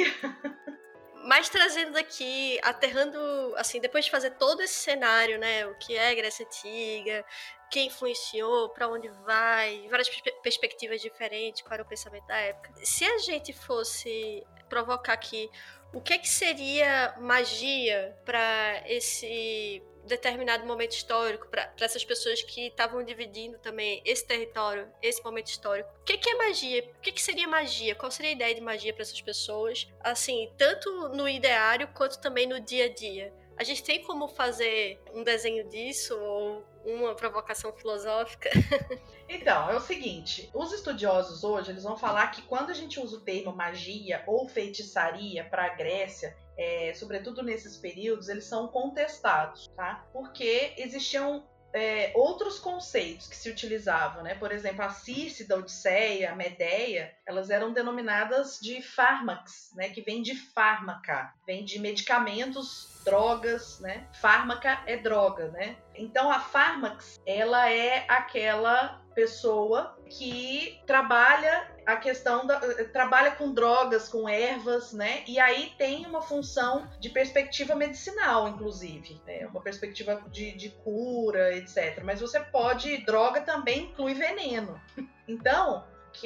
Mas trazendo aqui, aterrando, assim, depois de fazer todo esse cenário, né? O que é Grécia Antiga, quem influenciou, para onde vai, várias perspectivas diferentes, qual era o pensamento da época. Se a gente fosse provocar aqui, o que seria magia para esse determinado momento histórico, para essas pessoas que estavam dividindo também esse território, esse momento histórico. O que é magia? O que seria magia? Qual seria a ideia de magia para essas pessoas? Assim, tanto no ideário quanto também no dia a dia. A gente tem como fazer um desenho disso ou uma provocação filosófica? Então, é o seguinte, os estudiosos hoje, eles vão falar que quando a gente usa o termo magia ou feitiçaria para a Grécia, sobretudo nesses períodos, eles são contestados, tá? Porque existiam outros conceitos que se utilizavam, né? Por exemplo, a Circe da Odisseia, a Medeia, elas eram denominadas de fármacos, né? Que vem de fármaca, vem de medicamentos, drogas, né? Fármaca é droga, né? Então a fármax, ela é aquela pessoa que trabalha a questão trabalha com drogas, com ervas, né? E aí tem uma função de perspectiva medicinal, inclusive, né? Uma perspectiva de cura, etc. Mas droga também inclui veneno. Então,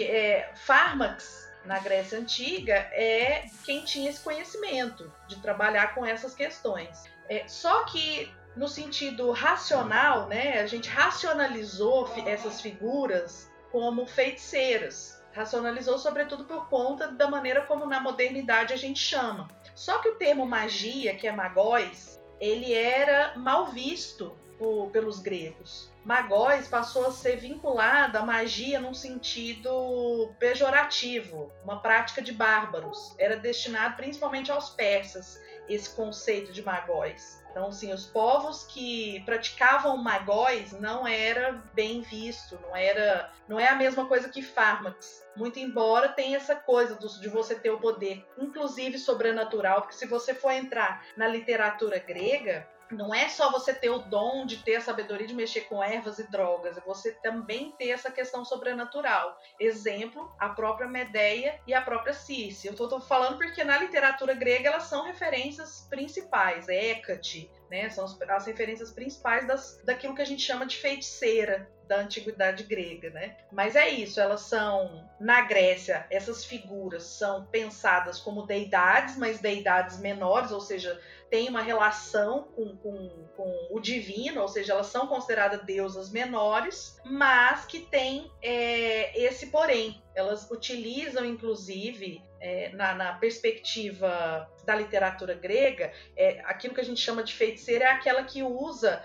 fármacos na Grécia Antiga é quem tinha esse conhecimento de trabalhar com essas questões. Só que no sentido racional, né, a gente racionalizou essas figuras como feiticeiras. Racionalizou sobretudo por conta da maneira como na modernidade a gente chama. Só que o termo magia, que é magóis, ele era mal visto pelos gregos. Magóis passou a ser vinculado à magia num sentido pejorativo, uma prática de bárbaros. Era destinado principalmente aos persas, esse conceito de magóis. Então, assim, os povos que praticavam magóis não era bem visto, não é a mesma coisa que fármacos. Muito embora tenha essa coisa de você ter o poder, inclusive sobrenatural, porque se você for entrar na literatura grega, não é só você ter o dom de ter a sabedoria de mexer com ervas e drogas, é você também ter essa questão sobrenatural. Exemplo, a própria Medeia e a própria Circe. Eu estou falando porque na literatura grega elas são referências principais, Hécate, né? São as referências principais daquilo que a gente chama de feiticeira da antiguidade grega, né? Mas é isso, elas são, na Grécia, essas figuras são pensadas como deidades, mas deidades menores, ou seja, tem uma relação com o divino, ou seja, elas são consideradas deusas menores, mas que tem esse porém. Elas utilizam, inclusive, na perspectiva da literatura grega, aquilo que a gente chama de feiticeira é aquela que usa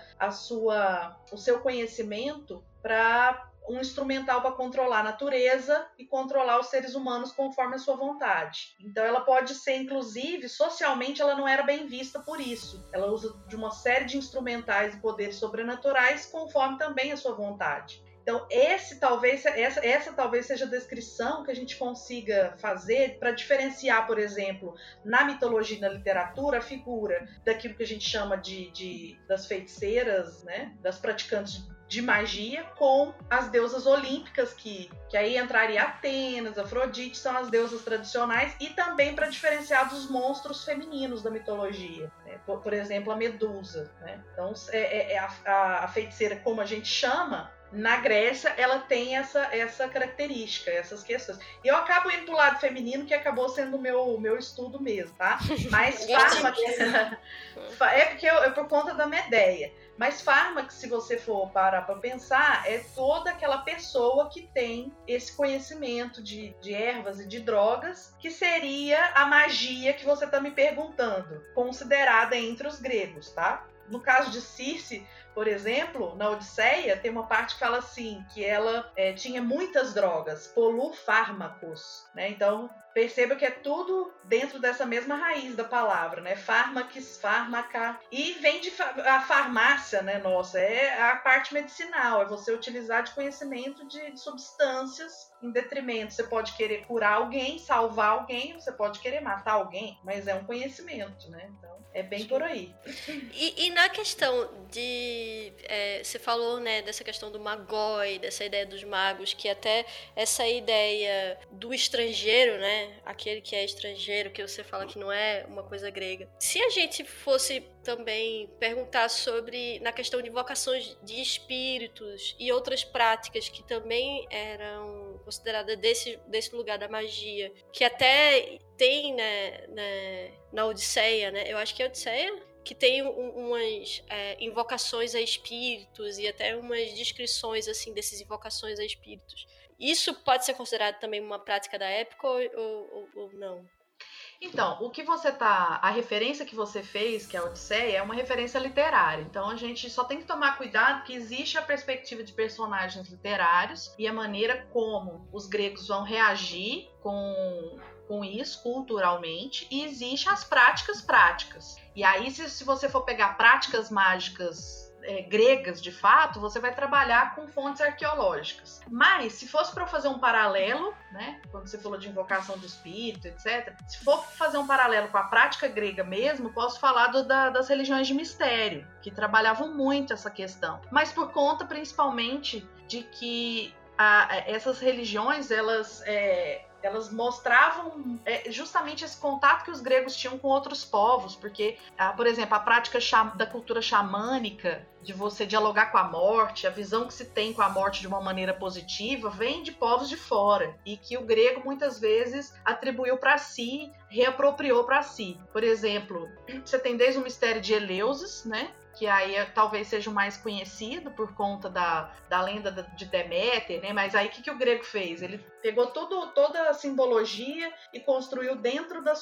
o seu conhecimento para um instrumental para controlar a natureza e controlar os seres humanos conforme a sua vontade. Então ela pode ser, inclusive, socialmente ela não era bem vista por isso. Ela usa de uma série de instrumentais e poderes sobrenaturais conforme também a sua vontade. Então essa talvez seja a descrição que a gente consiga fazer para diferenciar, por exemplo, na mitologia e na literatura, a figura daquilo que a gente chama das feiticeiras, né, das praticantes de magia, com as deusas olímpicas, que aí entraria Atenas, Afrodite, são as deusas tradicionais, e também para diferenciar dos monstros femininos da mitologia, né? por exemplo, a Medusa, né? Então, a feiticeira, como a gente chama, na Grécia, ela tem essa característica, essas questões. E eu acabo indo pro lado feminino, que acabou sendo o meu estudo mesmo, tá? Mas fármaco... é porque é por conta da Medeia. Mas fármaco, se você for parar para pensar, é toda aquela pessoa que tem esse conhecimento de ervas e de drogas, que seria a magia que você está me perguntando, considerada entre os gregos, tá? No caso de Circe, por exemplo, na Odisseia, tem uma parte que fala assim, que ela tinha muitas drogas, polufármacos, né? Então, perceba que é tudo dentro dessa mesma raiz da palavra, né? Fármaques, fármaca. E vem a farmácia, né? Nossa, é a parte medicinal, é você utilizar de conhecimento de substâncias em detrimento. Você pode querer curar alguém, salvar alguém, você pode querer matar alguém, mas é um conhecimento, né? Então, é bem por aí. E na questão de... você falou, né, dessa questão do magoi, dessa ideia dos magos, que até essa ideia do estrangeiro, né, aquele que é estrangeiro, que você fala que não é uma coisa grega. Se a gente fosse também perguntar sobre, na questão de invocações de espíritos e outras práticas que também eram consideradas desse lugar da magia, que até tem, né, na Odisseia, né, eu acho que é a Odisseia, que tem umas invocações a espíritos e até umas descrições assim dessas invocações a espíritos. Isso pode ser considerado também uma prática da época ou não? Então, a referência que você fez, que é a Odisseia, é uma referência literária. Então, a gente só tem que tomar cuidado que existe a perspectiva de personagens literários e a maneira como os gregos vão reagir com isso culturalmente, e existem as práticas. E aí, se você for pegar práticas mágicas gregas, de fato, você vai trabalhar com fontes arqueológicas. Mas, se fosse para eu fazer um paralelo, né, quando você falou de invocação de espírito, etc., se for fazer um paralelo com a prática grega mesmo, posso falar das religiões de mistério, que trabalhavam muito essa questão. Mas por conta, principalmente, de que essas religiões, elas mostravam justamente esse contato que os gregos tinham com outros povos, porque, por exemplo, a prática da cultura xamânica, de você dialogar com a morte, a visão que se tem com a morte de uma maneira positiva, vem de povos de fora, e que o grego muitas vezes atribuiu para si, reapropriou para si. Por exemplo, você tem desde o mistério de Eleusis, né? Que aí talvez seja o mais conhecido por conta da lenda de Deméter, né? Mas aí o que o grego fez? Ele pegou toda a simbologia e construiu dentro do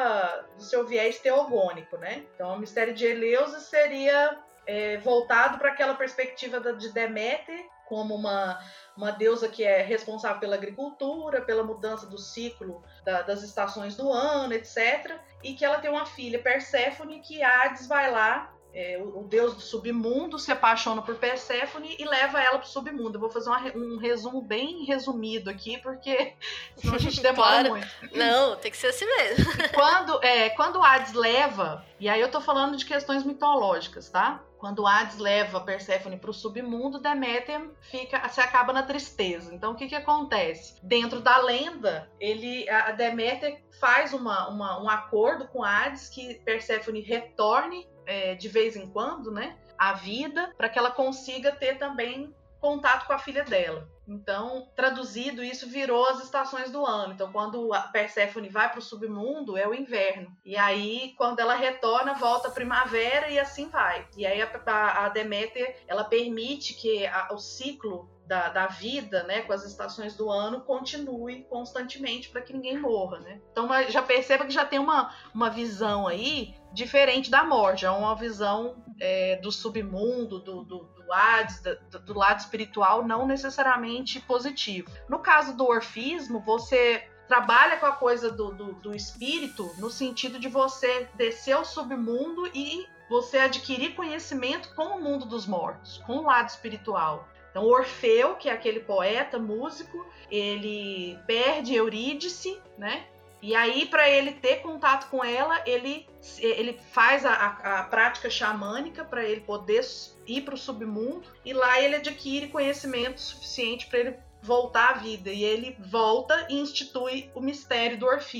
seu viés teogônico, né? Então o mistério de Eleusis seria voltado para aquela perspectiva de Deméter como uma deusa que é responsável pela agricultura, pela mudança do ciclo das estações do ano, etc. E que ela tem uma filha, Perséfone, que Hades vai lá, o deus do submundo, se apaixona por Perséfone e leva ela para o submundo. Eu vou fazer um resumo bem resumido aqui, porque senão a gente demora muito. Não, tem que ser assim mesmo. Quando Hades leva, e aí eu tô falando de questões mitológicas, tá? Quando Hades leva Perséfone para o submundo, Deméter se acaba na tristeza. Então, o que acontece? Dentro da lenda, a Deméter faz um acordo com Hades que Perséfone retorne de vez em quando, né, à vida, para que ela consiga ter também contato com a filha dela. Então, traduzido, isso virou as estações do ano. Então, quando a Perséfone vai para o submundo, é o inverno. E aí, quando ela retorna, volta a primavera e assim vai. E aí, a Deméter, ela permite que o ciclo da vida, né, com as estações do ano, continue constantemente para que ninguém morra, né? Então, já perceba que já tem uma visão aí diferente da morte. É uma visão do submundo, do Hades, do lado espiritual, não necessariamente positivo. No caso do orfismo, você trabalha com a coisa do espírito no sentido de você descer ao submundo e você adquirir conhecimento com o mundo dos mortos, com o lado espiritual. Então, Orfeu, que é aquele poeta, músico, ele perde Eurídice, né? E aí, para ele ter contato com ela, ele faz a prática xamânica para ele poder ir para o submundo. E lá ele adquire conhecimento suficiente para ele voltar à vida. E ele volta e institui o mistério do orfismo.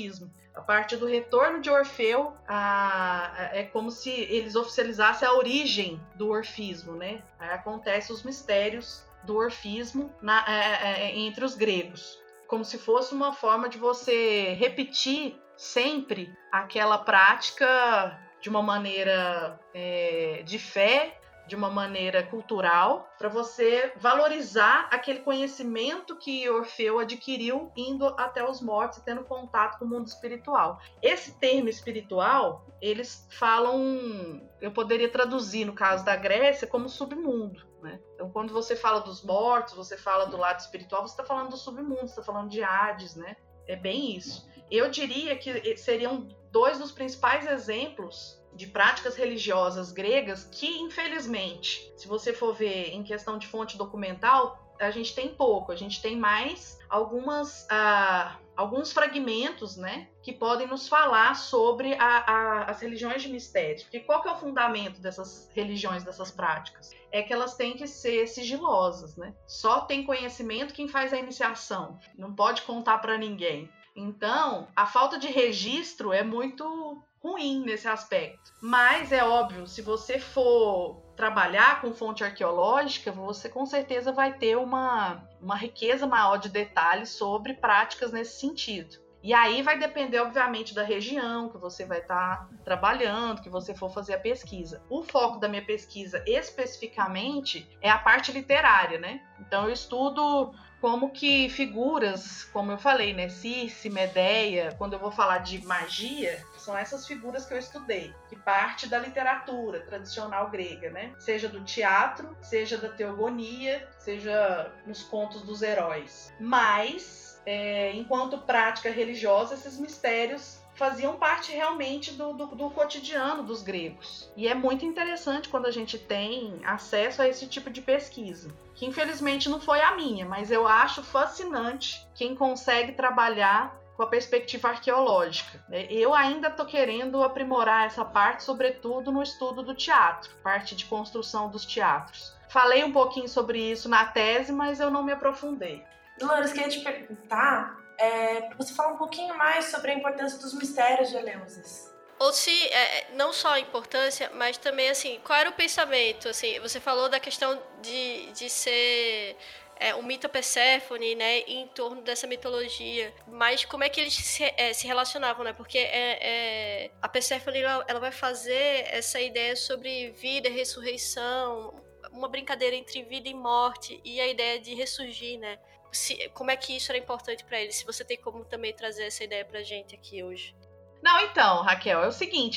A partir do retorno de Orfeu, é como se eles oficializassem a origem do orfismo, né? Aí acontecem os mistérios do orfismo entre os gregos, como se fosse uma forma de você repetir sempre aquela prática de uma maneira de fé, de uma maneira cultural, para você valorizar aquele conhecimento que Orfeu adquiriu indo até os mortos e tendo contato com o mundo espiritual. Esse termo espiritual, eles falam, eu poderia traduzir no caso da Grécia como submundo, né? Então, quando você fala dos mortos, você fala do lado espiritual, você está falando do submundo, você está falando de Hades, né? É bem isso. Eu diria que seriam 2 dos principais exemplos de práticas religiosas gregas que, infelizmente, se você for ver em questão de fonte documental, a gente tem pouco, a gente tem mais alguns fragmentos, né, que podem nos falar sobre as religiões de mistérios. Porque qual que é o fundamento dessas religiões, dessas práticas? É que elas têm que ser sigilosas, né? Só tem conhecimento quem faz a iniciação, não pode contar para ninguém. Então, a falta de registro é muito ruim nesse aspecto. Mas é óbvio, se você for trabalhar com fonte arqueológica, você com certeza vai ter uma riqueza maior de detalhes sobre práticas nesse sentido. E aí vai depender, obviamente, da região que você vai estar trabalhando, que você for fazer a pesquisa. O foco da minha pesquisa, especificamente, é a parte literária, né? Então, eu estudo como que figuras, como eu falei, né? Circe, Medeia, quando eu vou falar de magia, são essas figuras que eu estudei, que parte da literatura tradicional grega, né? Seja do teatro, seja da teogonia, seja nos contos dos heróis. Mas, enquanto prática religiosa, esses mistérios faziam parte realmente do cotidiano dos gregos. E é muito interessante quando a gente tem acesso a esse tipo de pesquisa, que infelizmente não foi a minha, mas eu acho fascinante quem consegue trabalhar com a perspectiva arqueológica. Eu ainda estou querendo aprimorar essa parte, sobretudo no estudo do teatro, parte de construção dos teatros. Falei um pouquinho sobre isso na tese, mas eu não me aprofundei. Dolores, queria te perguntar, você fala um pouquinho mais sobre a importância dos mistérios de Eleusis. Ou se, não só a importância, mas também, assim, qual era o pensamento? Assim, você falou da questão de ser um mito Perséfone, né, em torno dessa mitologia, mas como é que eles se relacionavam, né? Porque a Perséfone, ela vai fazer essa ideia sobre vida e ressurreição, uma brincadeira entre vida e morte, e a ideia de ressurgir, né? Como é que isso era importante para eles? Se você tem como também trazer essa ideia pra gente aqui hoje. Não, então, Raquel, é o seguinte,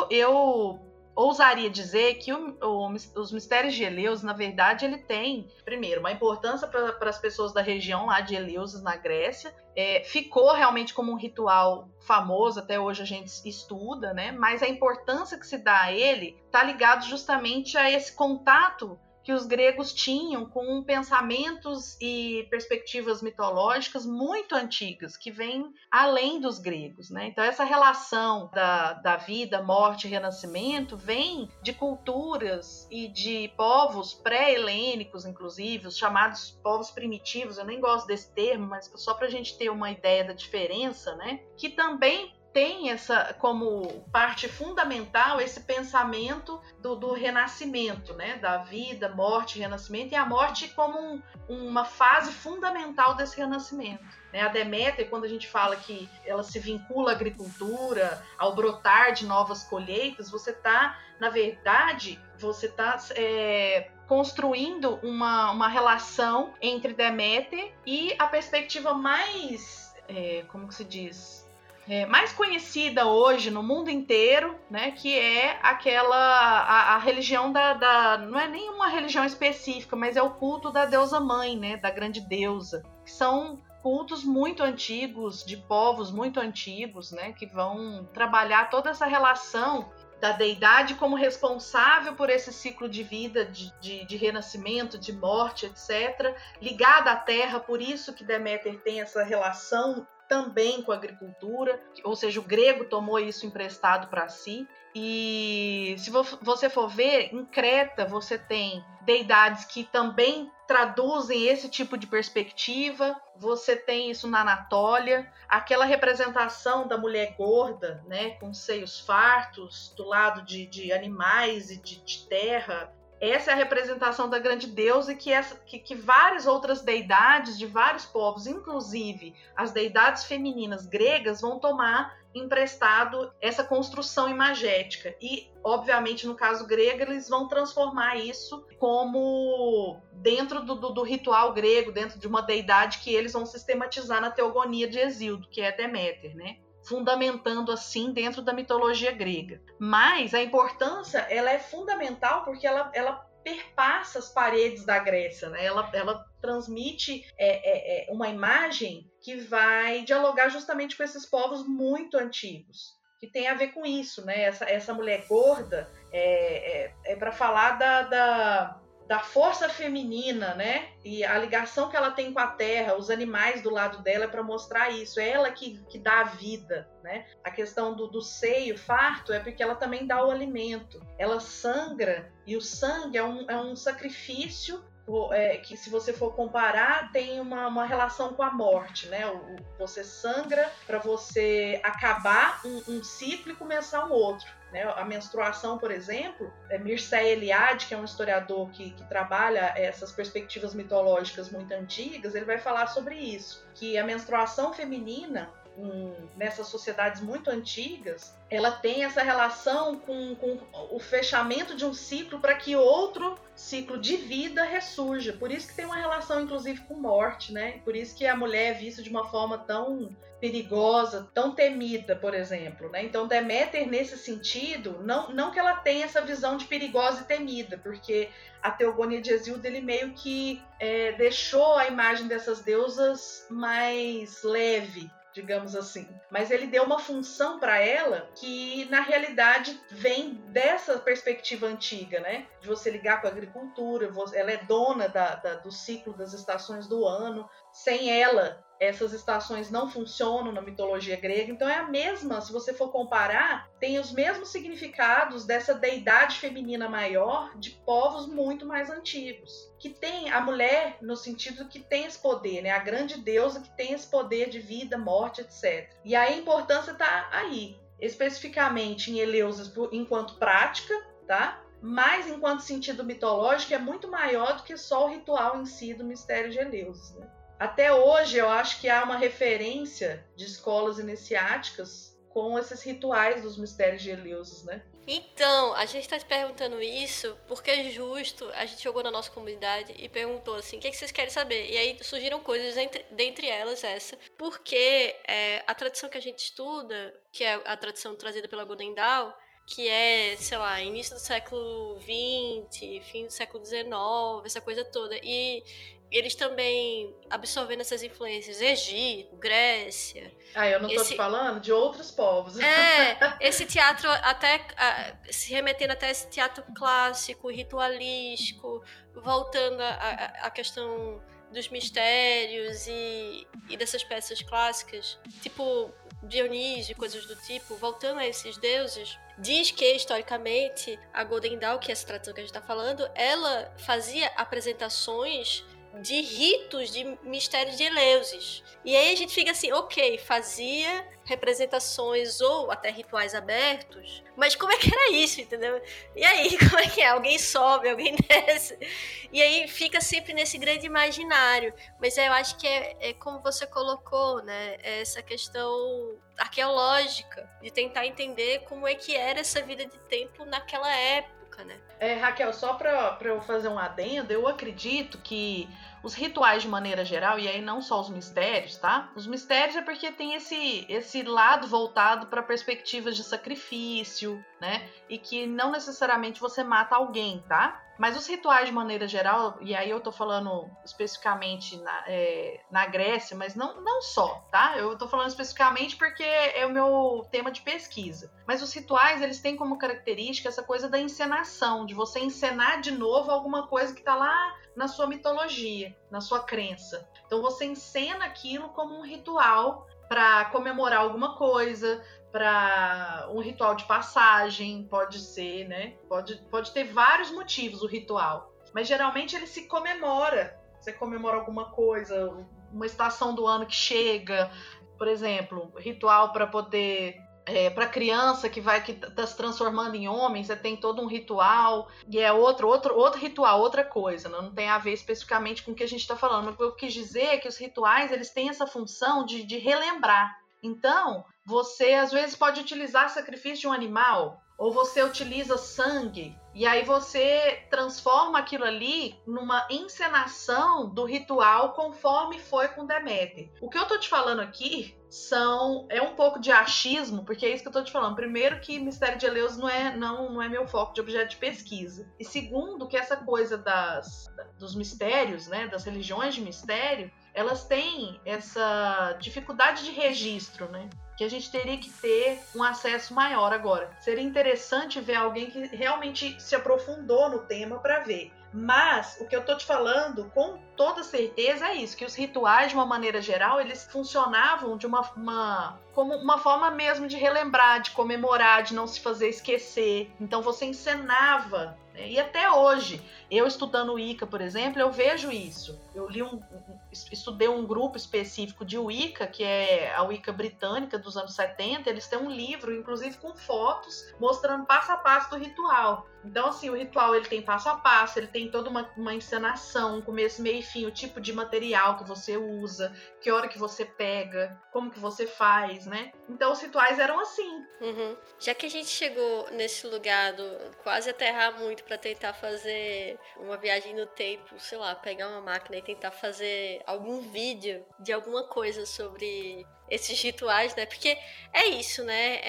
eu ousaria dizer que os mistérios de Eleusis, na verdade, ele tem, primeiro, uma importância para as pessoas da região lá de Eleusis, na Grécia. Ficou realmente como um ritual famoso, até hoje a gente estuda, né? Mas a importância que se dá a ele está ligado justamente a esse contato que os gregos tinham com pensamentos e perspectivas mitológicas muito antigas, que vêm além dos gregos, né? Então, essa relação da vida, morte e renascimento vem de culturas e de povos pré-helênicos, inclusive, os chamados povos primitivos. Eu nem gosto desse termo, mas só para a gente ter uma ideia da diferença, né? Que também tem essa como parte fundamental esse pensamento do renascimento, né? Da vida, morte e renascimento, e a morte como uma fase fundamental desse renascimento. A Deméter, quando a gente fala que ela se vincula à agricultura, ao brotar de novas colheitas, você está, na verdade, construindo uma relação entre Deméter e a perspectiva mais, como que se diz? Mais conhecida hoje no mundo inteiro, né, que é a religião não é nenhuma religião específica, mas é o culto da deusa mãe, né, da grande deusa, que são cultos muito antigos, de povos muito antigos, né, que vão trabalhar toda essa relação da deidade como responsável por esse ciclo de vida, de renascimento, de morte, etc., ligada à terra. Por isso que Deméter tem essa relação também com a agricultura, ou seja, o grego tomou isso emprestado para si. E se você for ver, em Creta você tem deidades que também traduzem esse tipo de perspectiva. Você tem isso na Anatólia, aquela representação da mulher gorda, né, com seios fartos, do lado de animais e de terra. Essa é a representação da grande deusa que várias outras deidades de vários povos, inclusive as deidades femininas gregas, vão tomar emprestado essa construção imagética. E, obviamente, no caso grego, eles vão transformar isso como dentro do ritual grego, dentro de uma deidade que eles vão sistematizar na teogonia de Hesíodo, que é Deméter, né? Fundamentando assim dentro da mitologia grega. Mas a importância, ela é fundamental porque ela perpassa as paredes da Grécia, né? Ela transmite uma imagem que vai dialogar justamente com esses povos muito antigos, que tem a ver com isso, né? Essa mulher gorda é para falar da força feminina, né? E a ligação que ela tem com a terra, os animais do lado dela, é para mostrar isso. É ela que dá a vida, né? A questão do seio farto é porque ela também dá o alimento. Ela sangra, e o sangue é um sacrifício que, se você for comparar, tem uma relação com a morte, né? Você sangra para você acabar um ciclo e começar um outro. Né? A menstruação, por exemplo, Mircea Eliade, que é um historiador que trabalha essas perspectivas mitológicas muito antigas, ele vai falar sobre isso, que a menstruação feminina, nessas sociedades muito antigas, ela tem essa relação com o fechamento de um ciclo para que outro ciclo de vida ressurja. Por isso que tem uma relação, inclusive, com morte, né? Por isso que a mulher é vista de uma forma tão perigosa, tão temida, por exemplo, né? Então, Deméter, nesse sentido, não que ela tenha essa visão de perigosa e temida, porque a teogonia de Hesíodo, ele meio que deixou a imagem dessas deusas mais leve, digamos assim. Mas ele deu uma função para ela que, na realidade, vem dessa perspectiva antiga, né? De você ligar com a agricultura, ela é dona do ciclo das estações do ano. Sem ela, essas estações não funcionam na mitologia grega. Então é a mesma, se você for comparar, tem os mesmos significados dessa deidade feminina maior de povos muito mais antigos. Que tem a mulher no sentido que tem esse poder, né? A grande deusa que tem esse poder de vida, morte, etc. E aí a importância está aí, especificamente em Eleusis enquanto prática, tá? Mas enquanto sentido mitológico é muito maior do que só o ritual em si do mistério de Eleusis, né? Até hoje, eu acho que há uma referência de escolas iniciáticas com esses rituais dos mistérios de Eleusis, né? Então, a gente está te perguntando isso porque é justo, a gente jogou na nossa comunidade e perguntou assim, o que vocês querem saber? E aí surgiram coisas, dentre elas essa, porque a tradição que a gente estuda, que é a tradição trazida pela Golden Dawn, que é, sei lá, início do século XX, fim do século XIX, essa coisa toda, e eles também absorvendo essas influências, Egito, Grécia. Eu não tô te falando de outros povos. Esse teatro até se remetendo até esse teatro clássico, ritualístico, voltando à questão dos mistérios e dessas peças clássicas, tipo Dionísio e coisas do tipo, voltando a esses deuses. Diz que, historicamente, a Golden Dawn, que é essa tradição que a gente tá falando, ela fazia apresentações de ritos de mistérios de Eleusis. E aí a gente fica assim, ok, fazia representações ou até rituais abertos, mas como é que era isso, entendeu? E aí, como é que é? Alguém sobe, alguém desce. E aí fica sempre nesse grande imaginário. Mas eu acho que é como você colocou, né? Essa questão arqueológica, de tentar entender como é que era essa vida de templo naquela época. Né? Raquel, só para eu fazer um adendo, eu acredito que os rituais de maneira geral, e aí não só os mistérios, tá? Os mistérios é porque tem esse lado voltado para perspectivas de sacrifício, né? E que não necessariamente você mata alguém, tá? Mas os rituais de maneira geral, e aí eu tô falando especificamente na Grécia, mas não só, tá? Eu tô falando especificamente porque é o meu tema de pesquisa. Mas os rituais, eles têm como característica essa coisa da encenação, de você encenar de novo alguma coisa que tá lá na sua mitologia, na sua crença. Então você encena aquilo como um ritual para comemorar alguma coisa, para um ritual de passagem, pode ser, né? Pode ter vários motivos o ritual, mas geralmente ele se comemora. Você comemora alguma coisa, uma estação do ano que chega, por exemplo, ritual para poder... para criança que tá se transformando em homem, você tem todo um ritual, e é outro ritual, outra coisa, não tem a ver especificamente com o que a gente está falando. Mas o que eu quis dizer é que os rituais, eles têm essa função de relembrar. Então, você às vezes pode utilizar sacrifício de um animal, ou você utiliza sangue, e aí você transforma aquilo ali numa encenação do ritual conforme foi com Deméter. O que eu tô te falando aqui é um pouco de achismo, porque é isso que eu tô te falando. Primeiro, que mistério de Eleusis não é meu foco de objeto de pesquisa. E segundo, que essa coisa dos mistérios, né, das religiões de mistério, elas têm essa dificuldade de registro, né? Que a gente teria que ter um acesso maior agora. Seria interessante ver alguém que realmente se aprofundou no tema para ver. Mas o que eu tô te falando, com toda certeza, é isso, que os rituais, de uma maneira geral, eles funcionavam de como uma forma mesmo de relembrar, de comemorar, de não se fazer esquecer. Então você encenava, né? E até hoje, eu estudando Wicca, por exemplo, eu vejo isso. Eu estudei um grupo específico de Wicca, que é a Wicca britânica dos anos 70, eles têm um livro, inclusive com fotos, mostrando passo a passo do ritual. Então, assim, o ritual ele tem passo a passo, ele tem toda uma encenação, começo, meio e fim, o tipo de material que você usa, que hora que você pega, como que você faz, né? Então, os rituais eram assim. Uhum. Já que a gente chegou nesse lugar do quase aterrar muito para tentar fazer uma viagem no tempo, sei lá, pegar uma máquina e tentar fazer algum vídeo de alguma coisa sobre esses rituais, né? Porque é isso, né?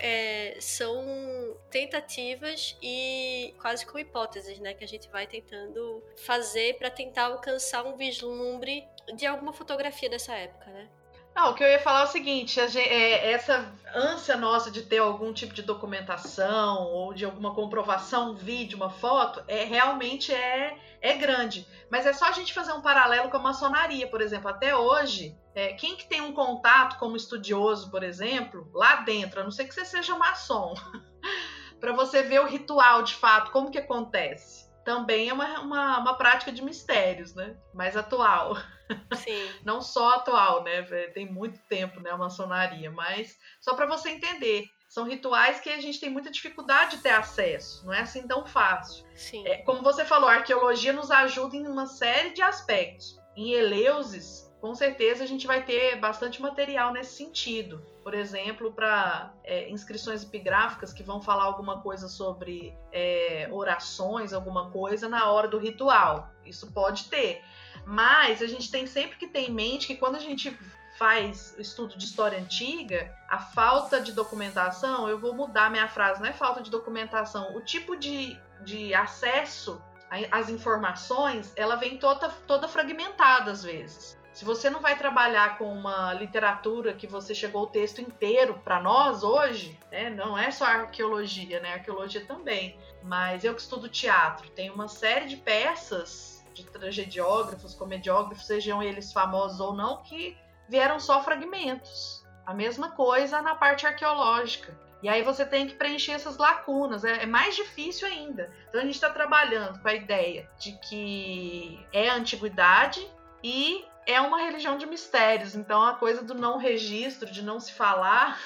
São tentativas e quase como hipóteses, né? Que a gente vai tentando fazer para tentar alcançar um vislumbre de alguma fotografia dessa época, né? Não, o que eu ia falar é o seguinte, essa ânsia nossa de ter algum tipo de documentação ou de alguma comprovação, um vídeo, uma foto, realmente é grande. Mas é só a gente fazer um paralelo com a maçonaria, por exemplo. Até hoje, quem que tem um contato como estudioso, por exemplo, lá dentro, a não ser que você seja maçom, para você ver o ritual de fato, como que acontece. Também é uma prática de mistérios, né? Mais atual. Sim. Não só atual, né? Tem muito tempo, né, a maçonaria, mas só para você entender. São rituais que a gente tem muita dificuldade de ter acesso. Não é assim tão fácil. Sim. Como você falou, a arqueologia nos ajuda em uma série de aspectos. Em Eleusis, com certeza a gente vai ter bastante material nesse sentido. Por exemplo, para inscrições epigráficas que vão falar alguma coisa sobre orações, alguma coisa na hora do ritual. Isso pode ter. Mas a gente tem sempre que ter em mente que quando a gente faz o estudo de história antiga, a falta de documentação, eu vou mudar minha frase, não é falta de documentação, o tipo de acesso às informações, ela vem toda fragmentada às vezes. Se você não vai trabalhar com uma literatura que você chegou o texto inteiro para nós hoje, né? Não é só arqueologia, né? Arqueologia também. Mas eu que estudo teatro, tem uma série de peças de tragediógrafos, comediógrafos, sejam eles famosos ou não, que vieram só fragmentos. A mesma coisa na parte arqueológica. E aí você tem que preencher essas lacunas, é mais difícil ainda. Então a gente está trabalhando com a ideia de que é a antiguidade e é uma religião de mistérios. Então a coisa do não registro, de não se falar,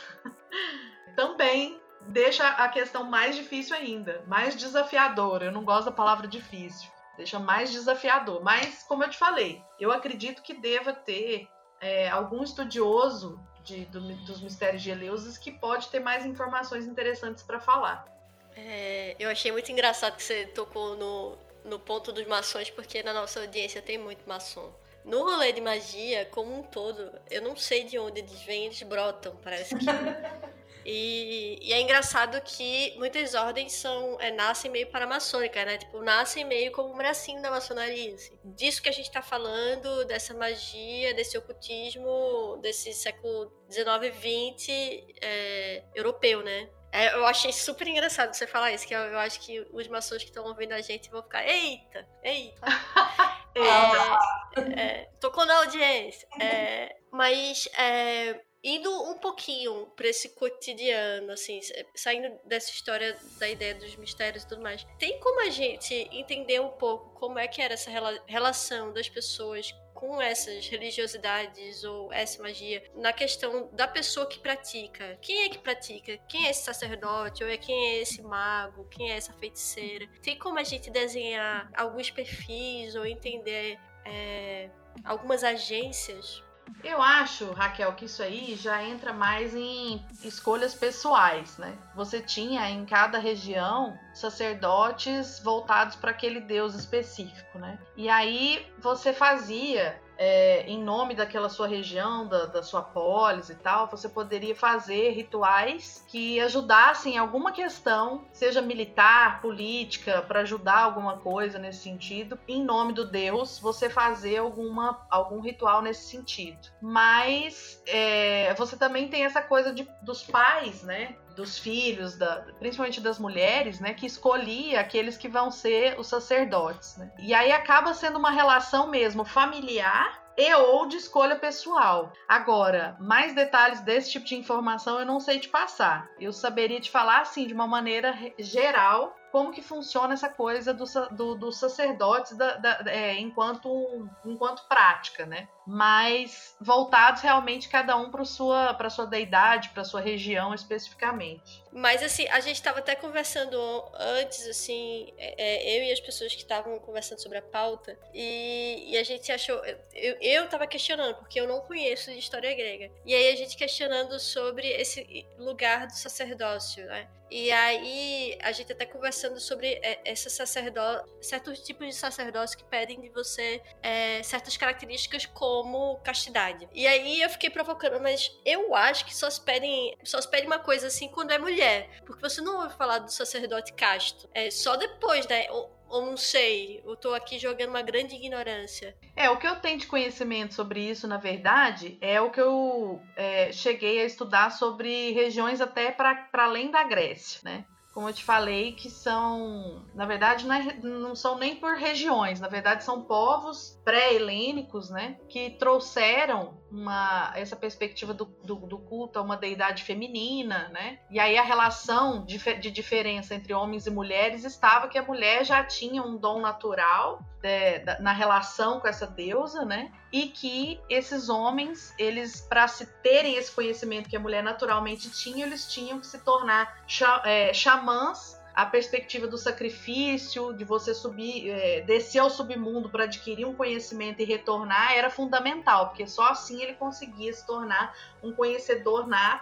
também deixa a questão mais difícil ainda, mais desafiadora. Eu não gosto da palavra difícil. Deixa mais desafiador. Mas, como eu te falei, eu acredito que deva ter algum estudioso dos mistérios de Eleusis que pode ter mais informações interessantes para falar. Eu achei muito engraçado que você tocou no ponto dos maçons, porque na nossa audiência tem muito maçom. No rolê de magia, como um todo, eu não sei de onde eles vêm, eles brotam, parece que... E é engraçado que muitas ordens nascem meio paramaçônicas, né? Tipo, nascem meio como um bracinho da maçonaria, assim. Disso que a gente tá falando, dessa magia, desse ocultismo, desse século XIX e XX europeu, né? Eu achei super engraçado você falar isso, que eu acho que os maçons que estão ouvindo a gente vão ficar, eita. Tocou na audiência. Mas indo um pouquinho para esse cotidiano, assim, saindo dessa história da ideia dos mistérios e tudo mais, tem como a gente entender um pouco como é que era essa relação das pessoas com essas religiosidades ou essa magia, na questão da pessoa que pratica? Quem é que pratica? Quem é esse sacerdote? Ou quem é esse mago? Quem é essa feiticeira? Tem como a gente desenhar alguns perfis ou entender algumas agências? Eu acho, Raquel, que isso aí já entra mais em escolhas pessoais, né? Você tinha em cada região sacerdotes voltados para aquele deus específico, né? E aí você fazia, em nome daquela sua região, da sua polis e tal, você poderia fazer rituais que ajudassem em alguma questão, seja militar, política, para ajudar alguma coisa nesse sentido. Em nome do deus, você fazer algum ritual nesse sentido. Mas você também tem essa coisa dos pais, né? Dos filhos, principalmente das mulheres, né, que escolhia aqueles que vão ser os sacerdotes, né? E aí acaba sendo uma relação mesmo familiar e ou de escolha pessoal. Agora, mais detalhes desse tipo de informação eu não sei te passar. Eu saberia te falar, assim, de uma maneira geral, como que funciona essa coisa dos sacerdotes enquanto prática, né? Mas voltados realmente cada um para sua deidade, para sua região especificamente. Mas assim, a gente estava até conversando antes, assim, eu e as pessoas que estavam conversando sobre a pauta, e a gente achou, eu estava questionando, porque eu não conheço de história grega, e aí a gente questionando sobre esse lugar do sacerdócio, né? E aí a gente até conversando sobre certos tipos de sacerdócio que pedem de você certas características como castidade. E aí eu fiquei provocando, mas eu acho que só se pede uma coisa assim quando é mulher, porque você não ouve falar do sacerdote casto, só depois, né? Ou não sei, eu tô aqui jogando uma grande ignorância. O que eu tenho de conhecimento sobre isso, na verdade, é o que eu cheguei a estudar sobre regiões até para além da Grécia, né? Como eu te falei, que são, na verdade, não são nem por regiões, na verdade são povos pré-helênicos, né, que trouxeram essa perspectiva do culto a uma deidade feminina, né, e aí a relação de diferença entre homens e mulheres estava que a mulher já tinha um dom natural na relação com essa deusa, né, e que esses homens, eles, para se terem esse conhecimento que a mulher naturalmente tinha, eles tinham que se tornar xamãs. A perspectiva do sacrifício, de você descer ao submundo para adquirir um conhecimento e retornar, era fundamental, porque só assim ele conseguia se tornar um conhecedor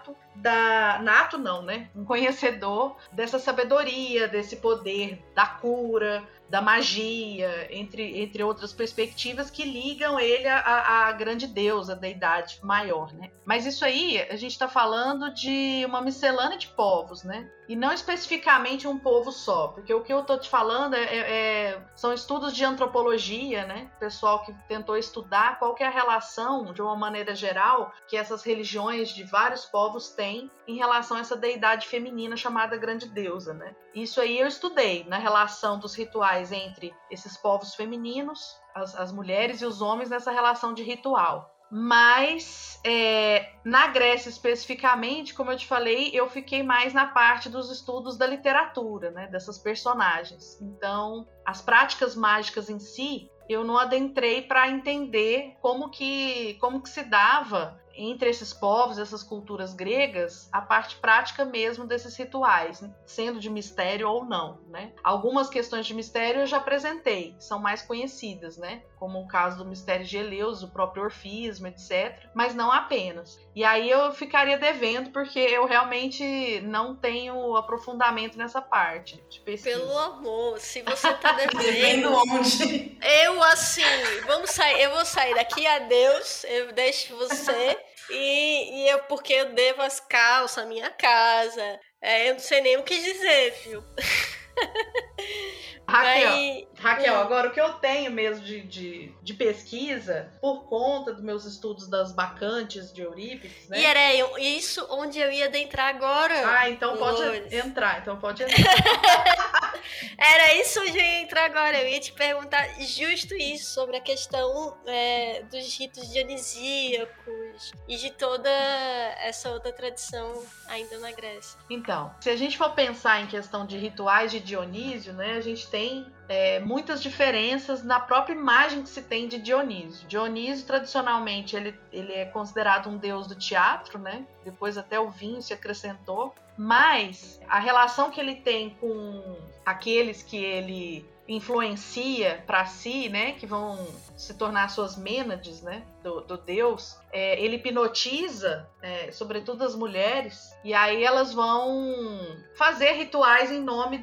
um conhecedor dessa sabedoria, desse poder, da cura, da magia, entre outras perspectivas que ligam ele à grande deusa, a deidade maior, né? Mas isso aí, a gente está falando de uma miscelânea de povos, né? E não especificamente um povo só, porque o que eu tô te falando são estudos de antropologia, né? Pessoal que tentou estudar qual que é a relação, de uma maneira geral, que essas religiões de vários povos têm em relação a essa deidade feminina chamada grande deusa, né? Isso aí eu estudei, na relação dos rituais entre esses povos femininos, as mulheres e os homens nessa relação de ritual. Mas na Grécia especificamente, como eu te falei, eu fiquei mais na parte dos estudos da literatura, né, dessas personagens. Então, as práticas mágicas em si, eu não adentrei para entender como que se dava entre esses povos, essas culturas gregas, a parte prática mesmo desses rituais, sendo de mistério ou não, né? Algumas questões de mistério eu já apresentei, são mais conhecidas, né? Como o caso do mistério de Eleus, o próprio Orfismo, etc. Mas não apenas. E aí eu ficaria devendo, porque eu realmente não tenho aprofundamento nessa parte de pesquisa. Pelo amor, se você tá devendo... onde? Eu vou sair daqui, adeus, eu deixo você... porque eu devo as calças, a minha casa. Eu não sei nem o que dizer, viu? Raquel, agora o que eu tenho mesmo de pesquisa, por conta dos meus estudos das bacantes de Eurípides, né? E era isso onde eu ia adentrar agora. Então pode entrar. Era isso onde eu ia entrar agora. Eu ia te perguntar justo isso, sobre a questão dos ritos dionisíacos e de toda essa outra tradição ainda na Grécia. Então, se a gente for pensar em questão de rituais de Dionísio, né, a gente tem muitas diferenças na própria imagem que se tem de Dionísio. Dionísio, tradicionalmente, ele é considerado um deus do teatro, né? Depois até o vinho se acrescentou. Mas a relação que ele tem com aqueles que ele influencia para si, né, que vão se tornar suas mênades, né, do deus, ele hipnotiza, sobretudo as mulheres, e aí elas vão fazer rituais em nome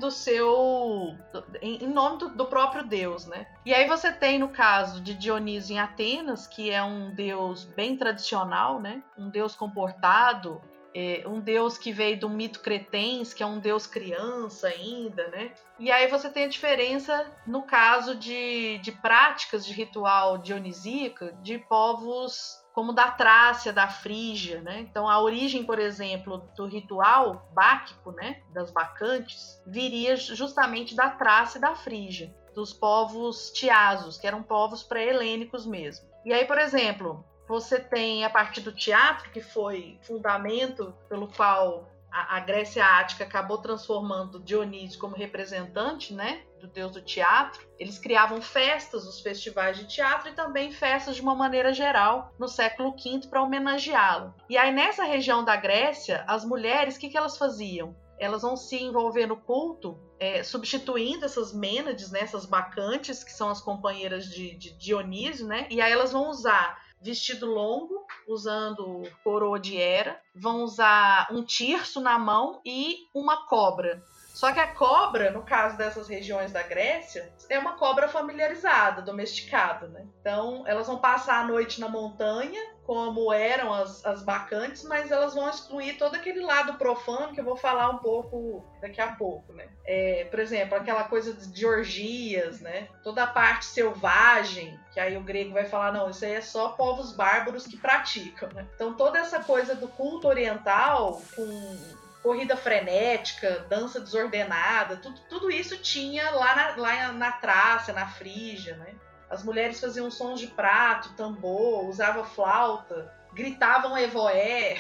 em nome do próprio deus, né. E aí você tem, no caso de Dionísio em Atenas, que é um deus bem tradicional, né, um deus comportado, um deus que veio do mito cretense, que é um deus criança ainda, né? E aí você tem a diferença no caso de práticas de ritual dionisíaca de povos como da Trácia, da Frígia, né? Então a origem, por exemplo, do ritual báquico, né, das bacantes, viria justamente da Trácia e da Frígia, dos povos tiasos, que eram povos pré-helênicos mesmo. E aí, por exemplo, você tem, a partir do teatro, que foi fundamento pelo qual a Grécia Ática acabou transformando Dionísio como representante, né, do deus do teatro. Eles criavam festas, os festivais de teatro, e também festas de uma maneira geral no século V para homenageá-lo. E aí, nessa região da Grécia, as mulheres, o que elas faziam? Elas vão se envolver no culto, substituindo essas mênades, né, essas bacantes, que são as companheiras de Dionísio, né, e aí elas vão usar vestido longo, usando coroa de Hera, vão usar um tirso na mão e uma cobra. Só que a cobra, no caso dessas regiões da Grécia, é uma cobra familiarizada, domesticada, né? Então, elas vão passar a noite na montanha, como eram as bacantes, mas elas vão excluir todo aquele lado profano que eu vou falar um pouco daqui a pouco, né? Por exemplo, aquela coisa de orgias, né? Toda a parte selvagem, que aí o grego vai falar, não, isso aí é só povos bárbaros que praticam, né? Então toda essa coisa do culto oriental, com corrida frenética, dança desordenada, tudo isso tinha lá na Trácia, na Frígia, né? As mulheres faziam sons de prato, tambor, usavam flauta, gritavam evoé.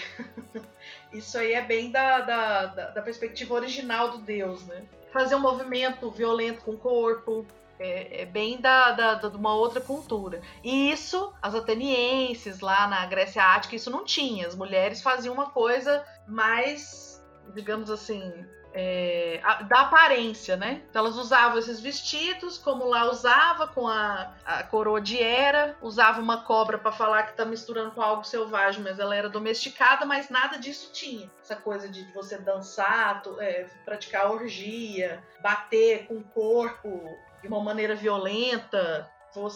Isso aí é bem da perspectiva original do deus, né? Fazer um movimento violento com o corpo, é bem de uma outra cultura. E isso, as atenienses lá na Grécia Ática, isso não tinha. As mulheres faziam uma coisa mais, digamos assim, da aparência, né? Então elas usavam esses vestidos, como lá usava, com a coroa de Hera, usava uma cobra para falar que tá misturando com algo selvagem, mas ela era domesticada, mas nada disso tinha. Essa coisa de você dançar, praticar orgia, bater com o corpo de uma maneira violenta,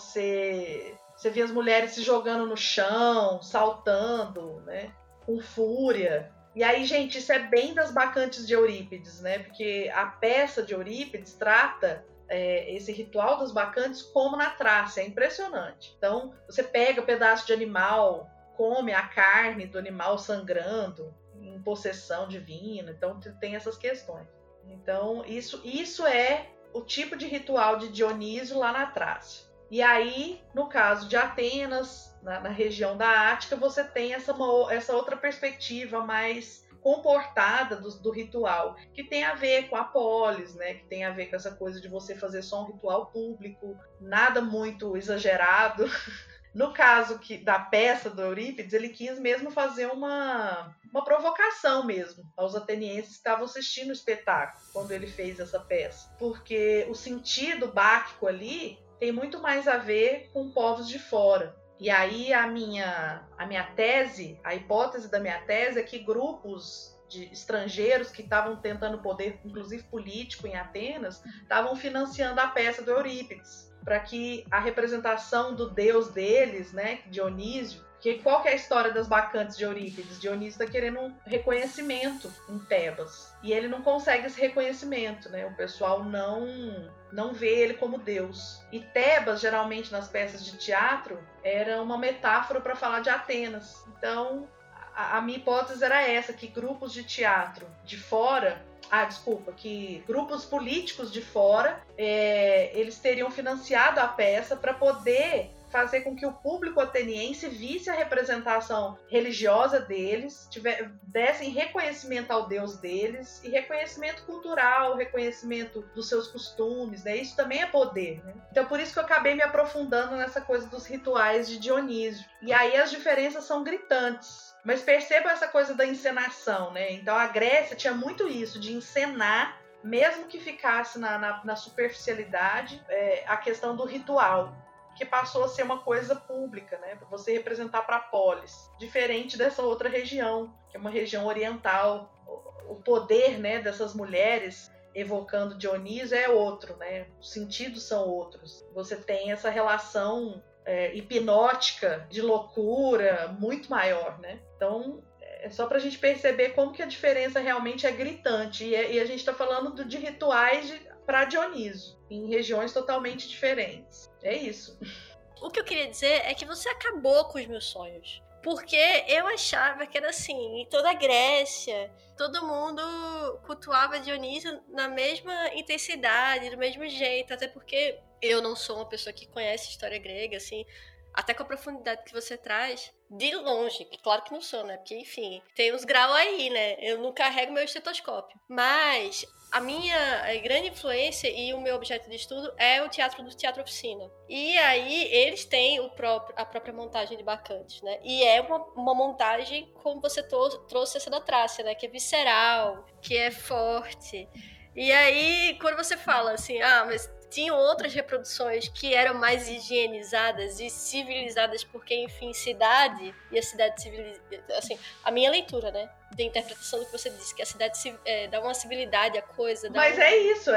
você via as mulheres se jogando no chão, saltando, né? Com fúria. E aí, gente, isso é bem das bacantes de Eurípides, né? Porque a peça de Eurípides trata esse ritual das bacantes como na Trácia, é impressionante. Então, você pega um pedaço de animal, come a carne do animal sangrando, em possessão divina, então tem essas questões. Então, isso é o tipo de ritual de Dionísio lá na Trácia. E aí, no caso de Atenas, na região da Ática, você tem essa outra perspectiva mais comportada do ritual, que tem a ver com a polis, né? Que tem a ver com essa coisa de você fazer só um ritual público, nada muito exagerado. No caso da peça do Eurípides, ele quis mesmo fazer uma provocação mesmo aos atenienses que estavam assistindo o espetáculo quando ele fez essa peça. Porque o sentido báquico ali tem muito mais a ver com povos de fora. E aí a minha tese, a hipótese da minha tese é que grupos de estrangeiros que estavam tentando poder, inclusive político, em Atenas, estavam financiando a peça do Eurípides, para que a representação do deus deles, né, Dionísio, porque qual que é a história das bacantes de Eurípides? Dionísio está querendo um reconhecimento em Tebas, e ele não consegue esse reconhecimento, né? O pessoal não vê ele como deus. E Tebas, geralmente nas peças de teatro, era uma metáfora para falar de Atenas. Então, a minha hipótese era essa, que grupos de teatro de fora que grupos políticos de fora, eles teriam financiado a peça para poder fazer com que o público ateniense visse a representação religiosa deles, dessem reconhecimento ao Deus deles e reconhecimento cultural, reconhecimento dos seus costumes, né? Isso também é poder, né? Então por isso que eu acabei me aprofundando nessa coisa dos rituais de Dionísio. E aí as diferenças são gritantes. Mas percebam essa coisa da encenação, né? Então a Grécia tinha muito isso, de encenar, mesmo que ficasse na superficialidade, a questão do ritual, que passou a ser uma coisa pública, né? Para você representar para a polis. Diferente dessa outra região, que é uma região oriental. O poder, né, dessas mulheres evocando Dionísio é outro, né? Os sentidos são outros. Você tem essa relação hipnótica, de loucura, muito maior, né? Então, é só pra gente perceber como que a diferença realmente é gritante. E a gente tá falando de rituais para Dionísio, em regiões totalmente diferentes. É isso. O que eu queria dizer é que você acabou com os meus sonhos. Porque eu achava que era assim, em toda a Grécia, todo mundo cultuava Dionísio na mesma intensidade, do mesmo jeito, até porque eu não sou uma pessoa que conhece história grega, assim, até com a profundidade que você traz, de longe, que claro que não sou, né? Porque, enfim, tem uns graus aí, né? Eu não carrego meu estetoscópio. Mas a minha grande influência e o meu objeto de estudo é o teatro do Teatro Oficina. E aí eles têm a própria montagem de Bacantes, né? E é uma montagem, como você trouxe essa da Trácia, né? Que é visceral, que é forte. E aí, quando você fala assim, mas tinham outras reproduções que eram mais higienizadas e civilizadas, porque, enfim, cidade e a cidade civilizada, assim, a minha leitura, né, da interpretação do que você disse, que a cidade dá uma civilidade à coisa. Mas é isso.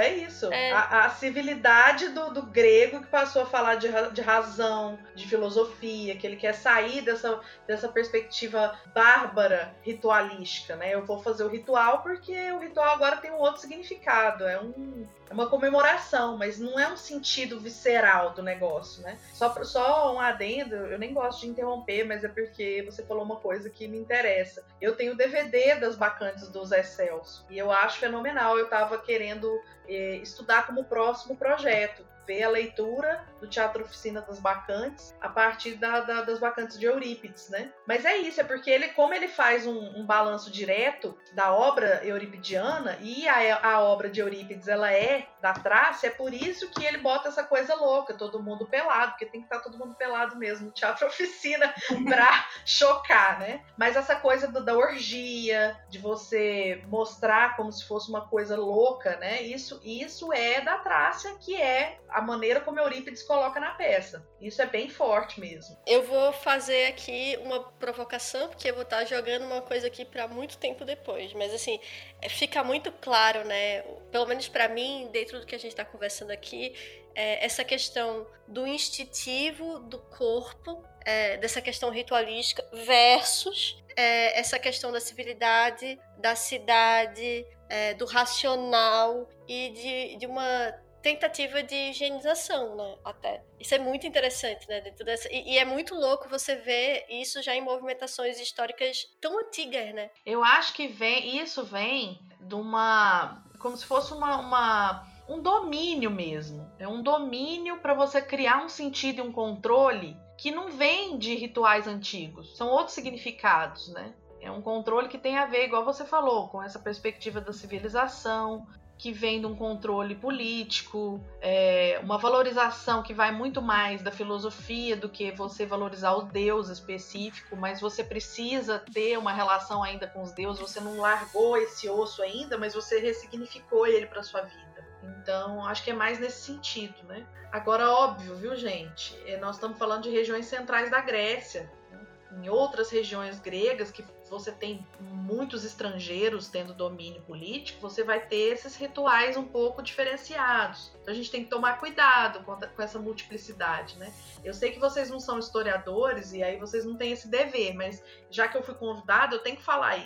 A civilidade do grego, que passou a falar de razão, de filosofia, que ele quer sair dessa perspectiva bárbara, ritualística, né? Eu vou fazer o ritual porque o ritual agora tem um outro significado, é uma comemoração, mas não é um sentido visceral do negócio, né? Só um adendo, eu nem gosto de interromper, mas é porque você falou uma coisa que me interessa. Eu tenho o DVD das Bacantes do Zé Celso, e eu acho fenomenal. Eu estava querendo estudar como próximo projeto, ver a leitura do Teatro Oficina das Bacantes a partir das Bacantes de Eurípides, né? Mas é isso, é porque como ele faz um balanço direto da obra euripidiana, e a obra de Eurípides, ela é da Trácia, é por isso que ele bota essa coisa louca, todo mundo pelado, porque tem que estar todo mundo pelado mesmo no Teatro Oficina pra chocar, né? Mas essa coisa da orgia, de você mostrar como se fosse uma coisa louca, né? Isso é da Trácia, que é a maneira como Eurípides coloca na peça. Isso é bem forte mesmo. Eu vou fazer aqui uma provocação, porque eu vou estar jogando uma coisa aqui para muito tempo depois. Mas, assim, fica muito claro, né? Pelo menos para mim, dentro do que a gente está conversando aqui, essa questão do instintivo do corpo, dessa questão ritualística, versus essa questão da civilidade, da cidade, do racional e de uma tentativa de higienização, né, até. Isso é muito interessante, né, dentro dessa... E é muito louco você ver isso já em movimentações históricas tão antigas, né? Eu acho que isso vem de como se fosse um domínio mesmo. É um domínio para você criar um sentido e um controle que não vem de rituais antigos. São outros significados, né? É um controle que tem a ver, igual você falou, com essa perspectiva da civilização, que vem de um controle político, uma valorização que vai muito mais da filosofia do que você valorizar o Deus específico, mas você precisa ter uma relação ainda com os deuses, você não largou esse osso ainda, mas você ressignificou ele para sua vida. Então, acho que é mais nesse sentido, né? Agora, óbvio, viu, gente? Nós estamos falando de regiões centrais da Grécia. Em outras regiões gregas, que você tem muitos estrangeiros tendo domínio político, você vai ter esses rituais um pouco diferenciados. Então a gente tem que tomar cuidado com essa multiplicidade, né? Eu sei que vocês não são historiadores e aí vocês não têm esse dever, mas já que eu fui convidada, eu tenho que falar isso.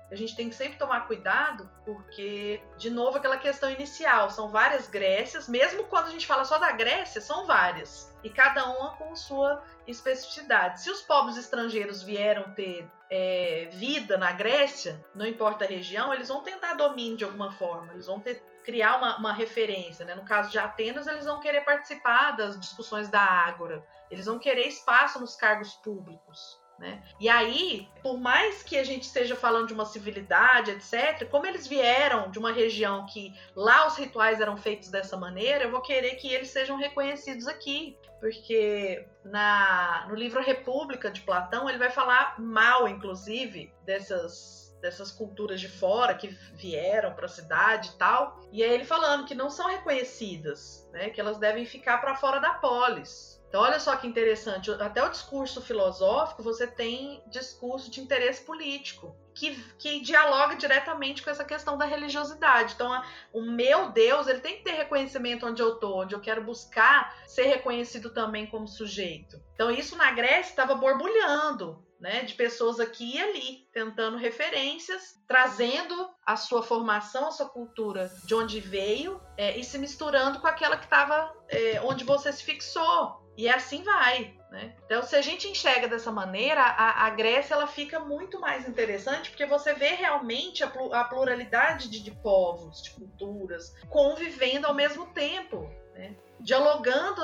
a gente tem que sempre tomar cuidado, porque, de novo, aquela questão inicial, são várias Grécias, mesmo quando a gente fala só da Grécia, são várias, e cada uma com sua especificidade. Se os povos estrangeiros vieram ter vida na Grécia, não importa a região, eles vão tentar domínio de alguma forma, eles vão criar uma referência, né? No caso de Atenas, eles vão querer participar das discussões da Ágora, eles vão querer espaço nos cargos públicos, né? E aí, por mais que a gente esteja falando de uma civilidade, etc., como eles vieram de uma região que lá os rituais eram feitos dessa maneira, eu vou querer que eles sejam reconhecidos aqui. Porque no livro A República de Platão, ele vai falar mal, inclusive, dessas culturas de fora que vieram para a cidade e tal. E aí ele falando que não são reconhecidas, né? Que elas devem ficar para fora da polis. Então, olha só que interessante, até o discurso filosófico, você tem discurso de interesse político, que dialoga diretamente com essa questão da religiosidade. Então, o meu Deus, ele tem que ter reconhecimento onde eu estou, onde eu quero buscar ser reconhecido também como sujeito. Então, isso na Grécia estava borbulhando, né, de pessoas aqui e ali, tentando referências, trazendo a sua formação, a sua cultura de onde veio, e se misturando com aquela que estava onde você se fixou. E assim vai, né? Então, se a gente enxerga dessa maneira, a Grécia ela fica muito mais interessante, porque você vê realmente a pluralidade de povos, de culturas, convivendo ao mesmo tempo, né? Dialogando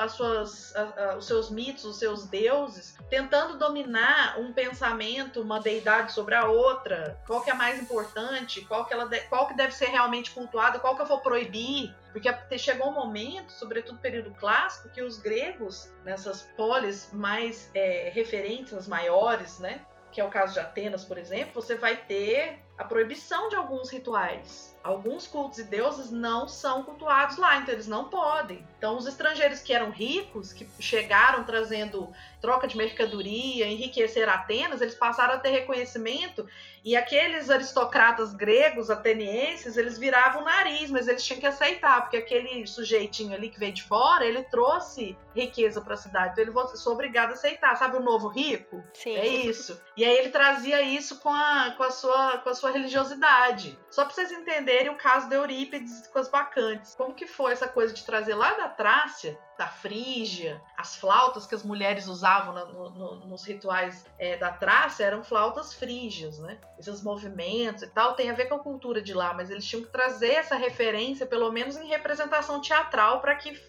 os seus mitos, os seus deuses, tentando dominar um pensamento, uma deidade sobre a outra, qual que é mais importante, qual que deve ser realmente cultuada, qual que eu vou proibir, porque chegou um momento, sobretudo no período clássico, que os gregos, nessas polis mais referentes, as maiores, né, que é o caso de Atenas, por exemplo, você vai ter a proibição de alguns rituais. Alguns cultos e deuses não são cultuados lá, então eles não podem. Então os estrangeiros que eram ricos, que chegaram trazendo troca de mercadoria, enriquecer Atenas, eles passaram a ter reconhecimento, e aqueles aristocratas gregos, atenienses, eles viravam o nariz, mas eles tinham que aceitar, porque aquele sujeitinho ali que veio de fora, ele trouxe riqueza para a cidade, então ele foi obrigado a aceitar. Sabe o novo rico? Sim. É isso. E aí ele trazia isso com a sua religiosidade. Só para vocês entenderem o caso de Eurípides com as bacantes. Como que foi essa coisa de trazer lá da Trácia, da Frígia, as flautas que as mulheres usavam nos rituais da Trácia eram flautas frígias, né? Esses movimentos e tal tem a ver com a cultura de lá, mas eles tinham que trazer essa referência, pelo menos em representação teatral, para que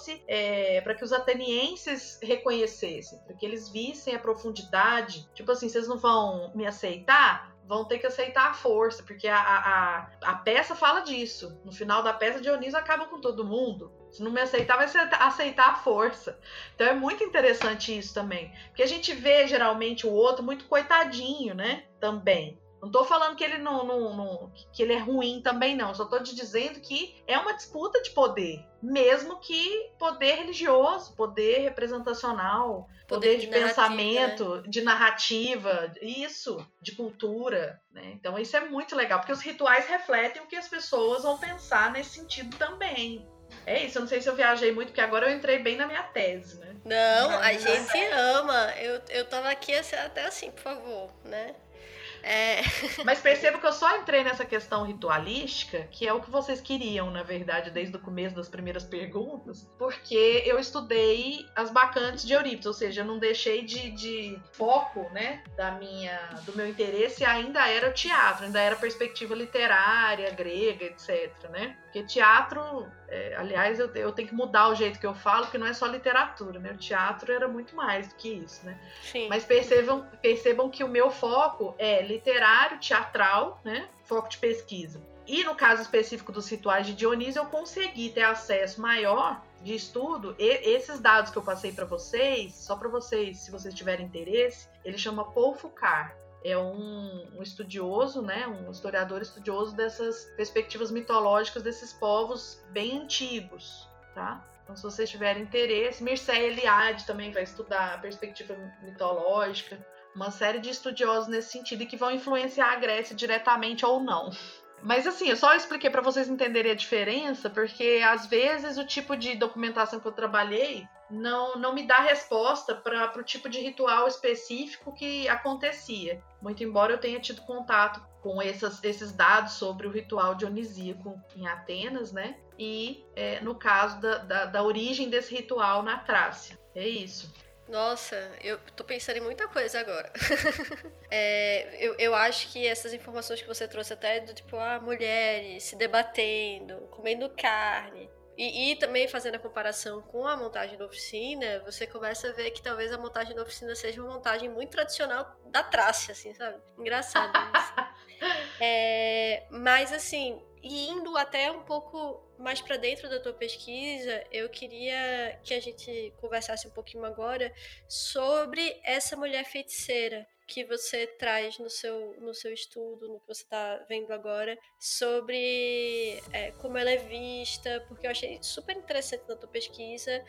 para que os atenienses reconhecessem, para que eles vissem a profundidade. Tipo assim, vocês não vão me aceitar? Vão ter que aceitar a força, porque a peça fala disso. No final da peça, Dionísio acaba com todo mundo. Se não me aceitar, vai aceitar a força. Então é muito interessante isso também. Porque a gente vê, geralmente, o outro muito coitadinho, né? Também. Não tô falando que ele que ele é ruim também, não. Só tô te dizendo que é uma disputa de poder. Mesmo que poder religioso, poder representacional, poder de pensamento, né? De narrativa, isso, de cultura, né? Então isso é muito legal, porque os rituais refletem o que as pessoas vão pensar nesse sentido também. É isso, eu não sei se eu viajei muito, porque agora eu entrei bem na minha tese, né? Não, a gente ama. Eu tava aqui até assim, por favor, né? Mas percebo que eu só entrei nessa questão ritualística, que é o que vocês queriam, na verdade, desde o começo das primeiras perguntas, porque eu estudei as bacantes de Eurípides, ou seja, eu não deixei de foco, né, do meu interesse ainda era o teatro, ainda era a perspectiva literária, grega, etc, né? Porque teatro, aliás, eu tenho que mudar o jeito que eu falo, porque não é só literatura, né? O teatro era muito mais do que isso, né? Sim. Mas percebam que o meu foco é literário, teatral, né? Foco de pesquisa. E no caso específico dos rituais de Dionísio, eu consegui ter acesso maior de estudo. Esses dados que eu passei para vocês, só para vocês, se vocês tiverem interesse, ele chama Paul Foucart. É um estudioso, né, um historiador estudioso dessas perspectivas mitológicas desses povos bem antigos, tá? Então, se vocês tiverem interesse, Mircea Eliade também vai estudar a perspectiva mitológica, uma série de estudiosos nesse sentido e que vão influenciar a Grécia diretamente ou não. Mas assim, eu só expliquei para vocês entenderem a diferença, porque às vezes o tipo de documentação que eu trabalhei não me dá resposta para o tipo de ritual específico que acontecia. Muito embora eu tenha tido contato com esses dados sobre o ritual dionisíaco em Atenas, né? E no caso da origem desse ritual na Trácia. É isso. Nossa, eu tô pensando em muita coisa agora. Eu acho que essas informações que você trouxe até do tipo, mulheres se debatendo, comendo carne, e também fazendo a comparação com a montagem da oficina, você começa a ver que talvez a montagem da oficina seja uma montagem muito tradicional da Trácia, assim, sabe? Engraçado isso. Mas assim, indo até um pouco mais para dentro da tua pesquisa, eu queria que a gente conversasse um pouquinho agora sobre essa mulher feiticeira que você traz no seu estudo, no que você está vendo agora, sobre como ela é vista, porque eu achei super interessante na tua pesquisa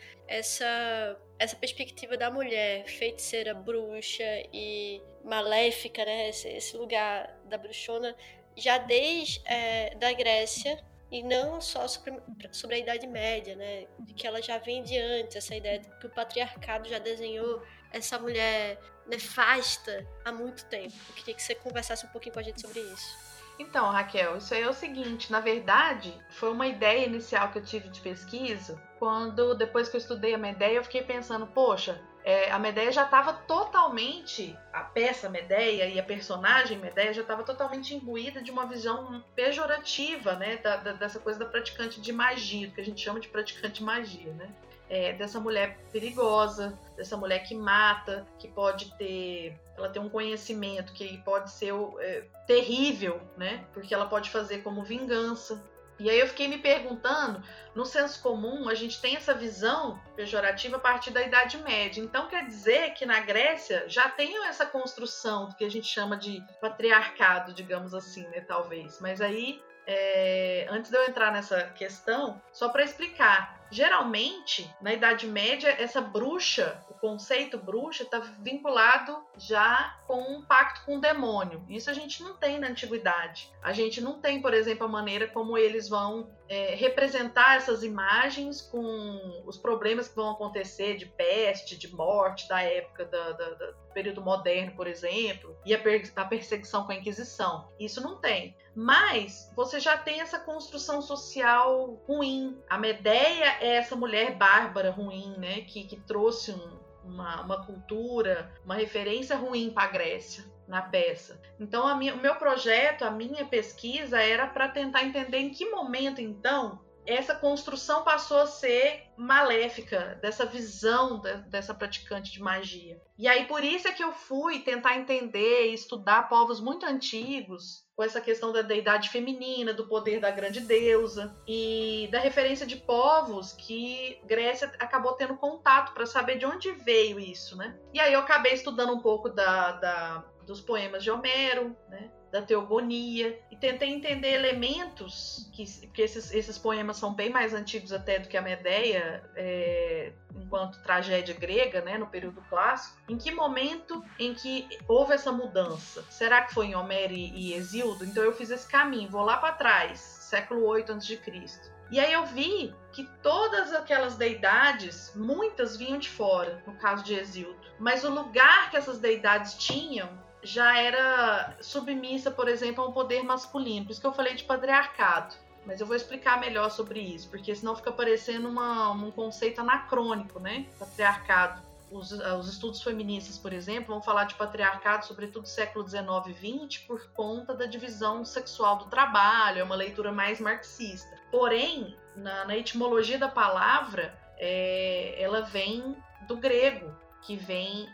essa perspectiva da mulher feiticeira, bruxa e maléfica, né? Esse lugar da bruxona, já desde da Grécia, e não só sobre a Idade Média, né? De que ela já vem de antes, essa ideia de que o patriarcado já desenhou essa mulher nefasta há muito tempo. Eu queria que você conversasse um pouquinho com a gente sobre isso. Então, Raquel, isso aí é o seguinte, na verdade, foi uma ideia inicial que eu tive de pesquisa, depois que eu estudei a Medeia, eu fiquei pensando, poxa, a Medeia já estava totalmente, a peça Medeia e a personagem Medeia já estava totalmente imbuída de uma visão pejorativa, né, dessa coisa da praticante de magia, que a gente chama de praticante de magia, né? Dessa mulher perigosa, dessa mulher que mata, que pode ter... Ela tem um conhecimento que pode ser terrível, né? Porque ela pode fazer como vingança. E aí eu fiquei me perguntando, no senso comum, a gente tem essa visão pejorativa a partir da Idade Média. Então quer dizer que na Grécia já tem essa construção do que a gente chama de patriarcado, digamos assim, né? Talvez. Mas aí... antes de eu entrar nessa questão, só para explicar, geralmente na Idade Média essa bruxa, o conceito bruxa está vinculado já com um pacto com o demônio. Isso a gente não tem na Antiguidade. A gente não tem, por exemplo, a maneira como eles vão representar essas imagens com os problemas que vão acontecer de peste, de morte da época do período moderno, por exemplo, e a perseguição com a Inquisição. Isso não tem. Mas você já tem essa construção social ruim. A Medeia é essa mulher bárbara ruim, né, que trouxe uma cultura, uma referência ruim para a Grécia na peça. Então o meu projeto, a minha pesquisa era para tentar entender em que momento então essa construção passou a ser maléfica, dessa visão dessa praticante de magia. E aí por isso é que eu fui tentar entender e estudar povos muito antigos, com essa questão da deidade feminina, do poder da grande deusa e da referência de povos que Grécia acabou tendo contato para saber de onde veio isso, né? E aí eu acabei estudando um pouco dos poemas de Homero, né? Da teogonia, e tentei entender elementos, porque esses poemas são bem mais antigos até do que a Medeia, enquanto tragédia grega, né, no período clássico. Em que momento em que houve essa mudança? Será que foi em Homero e Hesíodo? Então eu fiz esse caminho, vou lá para trás, século 8 a.C. E aí eu vi que todas aquelas deidades, muitas vinham de fora, no caso de Hesíodo, mas o lugar que essas deidades tinham já era submissa, por exemplo, a um poder masculino. Por isso que eu falei de patriarcado. Mas eu vou explicar melhor sobre isso, porque senão fica parecendo um conceito anacrônico, né? Patriarcado. Os estudos feministas, por exemplo, vão falar de patriarcado, sobretudo século XIX e XX, por conta da divisão sexual do trabalho, é uma leitura mais marxista. Porém, na etimologia da palavra, ela vem do grego, que vem...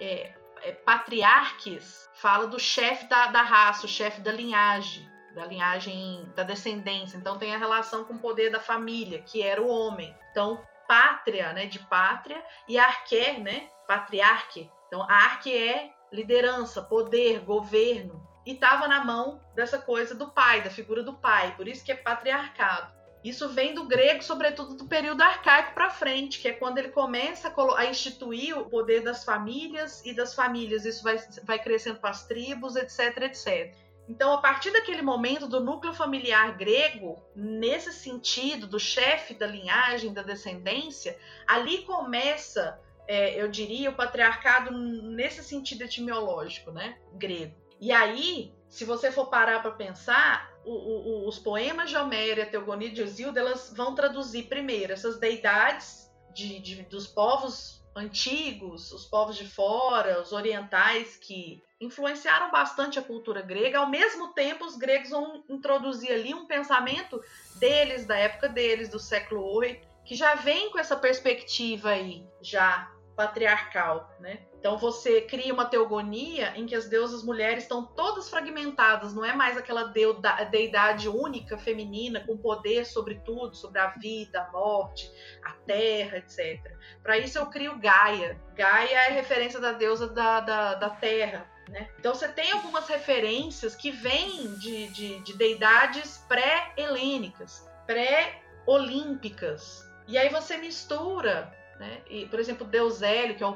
patriarques fala do chefe da raça, o chefe da linhagem, da descendência. Então tem a relação com o poder da família, que era o homem. Então pátria, né, de pátria, e arqué, né, patriarque. Então arque é liderança, poder, governo, e estava na mão dessa coisa do pai, da figura do pai. Por isso que é patriarcado. Isso vem do grego, sobretudo do período arcaico para frente, que é quando ele começa a instituir o poder das famílias, e das famílias isso vai crescendo para as tribos, etc, etc. Então, a partir daquele momento do núcleo familiar grego, nesse sentido do chefe da linhagem, da descendência, ali começa, eu diria, o patriarcado nesse sentido etimológico, né, grego. E aí, se você for parar para pensar, os poemas de Homero e a Teogonia de Hesíodo, elas vão traduzir primeiro essas deidades dos povos antigos, os povos de fora, os orientais, que influenciaram bastante a cultura grega. Ao mesmo tempo, os gregos vão introduzir ali um pensamento deles, da época deles, do século VIII, que já vem com essa perspectiva aí, já patriarcal, né? Então você cria uma teogonia em que as deusas mulheres estão todas fragmentadas, não é mais aquela deidade única, feminina, com poder sobre tudo, sobre a vida, a morte, a terra, etc. Para isso eu crio Gaia. Gaia é a referência da deusa da terra, né? Então você tem algumas referências que vêm de deidades pré-helênicas, pré-olímpicas. E aí você mistura, né? E, por exemplo, Deus Hélio, que é o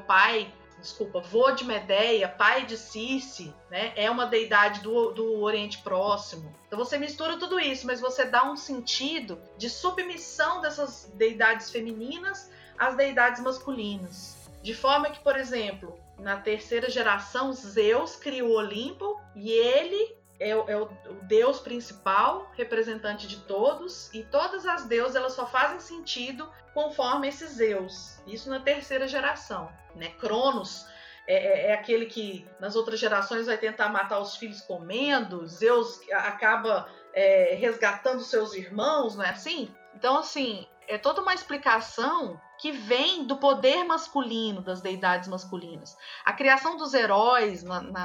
vô de Medeia, pai de Circe, né? É uma deidade do Oriente Próximo. Então você mistura tudo isso, mas você dá um sentido de submissão dessas deidades femininas às deidades masculinas. De forma que, por exemplo, na terceira geração, Zeus cria o Olimpo e ele é o deus principal, representante de todos, e todas as deusas elas só fazem sentido conforme esse Zeus. Isso na terceira geração, né? Cronos é aquele que nas outras gerações vai tentar matar os filhos comendo, Zeus acaba resgatando seus irmãos, não é assim? Então, assim, é toda uma explicação que vem do poder masculino, das deidades masculinas. A criação dos heróis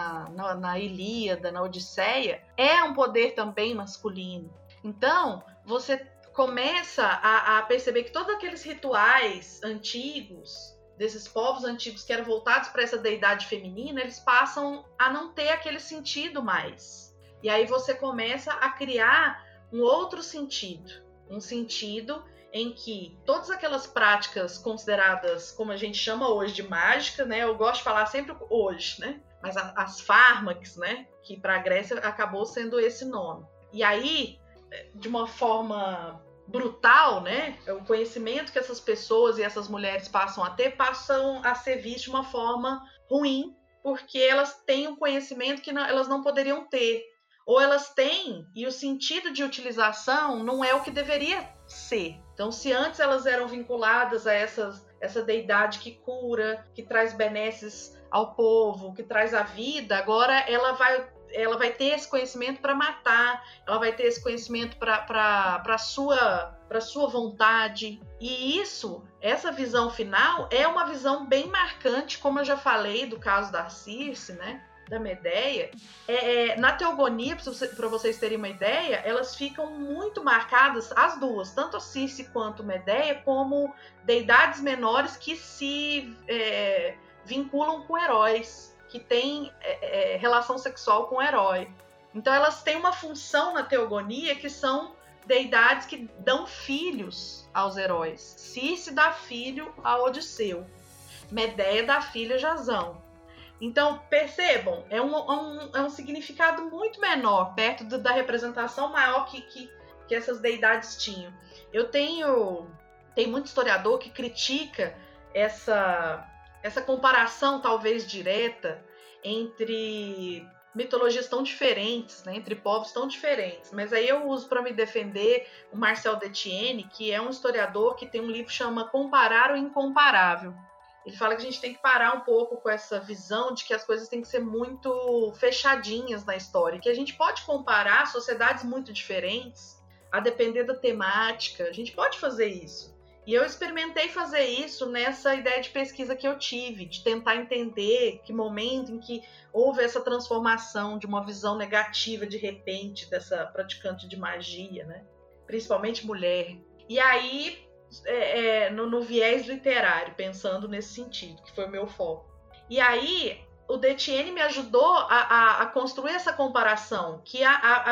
na Ilíada, na Odisseia, é um poder também masculino. Então, você começa a perceber que todos aqueles rituais antigos, desses povos antigos que eram voltados para essa deidade feminina, eles passam a não ter aquele sentido mais. E aí você começa a criar um outro sentido, um sentido em que todas aquelas práticas consideradas, como a gente chama hoje de mágica, né? Eu gosto de falar sempre hoje, né? Mas as fármacas, né? Que para a Grécia acabou sendo esse nome. E aí, de uma forma brutal, né? O conhecimento que essas pessoas e essas mulheres passam a ter, passam a ser vistos de uma forma ruim, porque elas têm um conhecimento que elas não poderiam ter. Ou elas têm, e o sentido de utilização não é o que deveria ser. Então, se antes elas eram vinculadas a essa deidade que cura, que traz benesses ao povo, que traz a vida, agora ela vai ter esse conhecimento para matar, ela vai ter esse conhecimento para sua vontade. E essa visão final é uma visão bem marcante, como eu já falei do caso da Circe, né? Da Medeia. Na Teogonia, para vocês terem uma ideia, elas ficam muito marcadas, as duas, tanto a Circe quanto a Medeia, como deidades menores que se vinculam com heróis, que têm relação sexual com o herói. Então elas têm uma função na Teogonia que são deidades que dão filhos aos heróis. Circe dá filho a Odisseu, Medeia dá filho a Jasão. Então, percebam, é um significado muito menor, perto da representação maior que essas deidades tinham. Tem muito historiador que critica essa comparação, talvez direta, entre mitologias tão diferentes, né, entre povos tão diferentes. Mas aí eu uso para me defender o Marcel Detienne, que é um historiador que tem um livro que chama Comparar o Incomparável. Ele fala que a gente tem que parar um pouco com essa visão de que as coisas têm que ser muito fechadinhas na história, que a gente pode comparar sociedades muito diferentes, a depender da temática, a gente pode fazer isso. E eu experimentei fazer isso nessa ideia de pesquisa que eu tive, de tentar entender que momento em que houve essa transformação de uma visão negativa de repente dessa praticante de magia, né? Principalmente mulher. E aí, no viés literário, pensando nesse sentido, que foi o meu foco. E aí, o Detienne me ajudou a construir essa comparação, que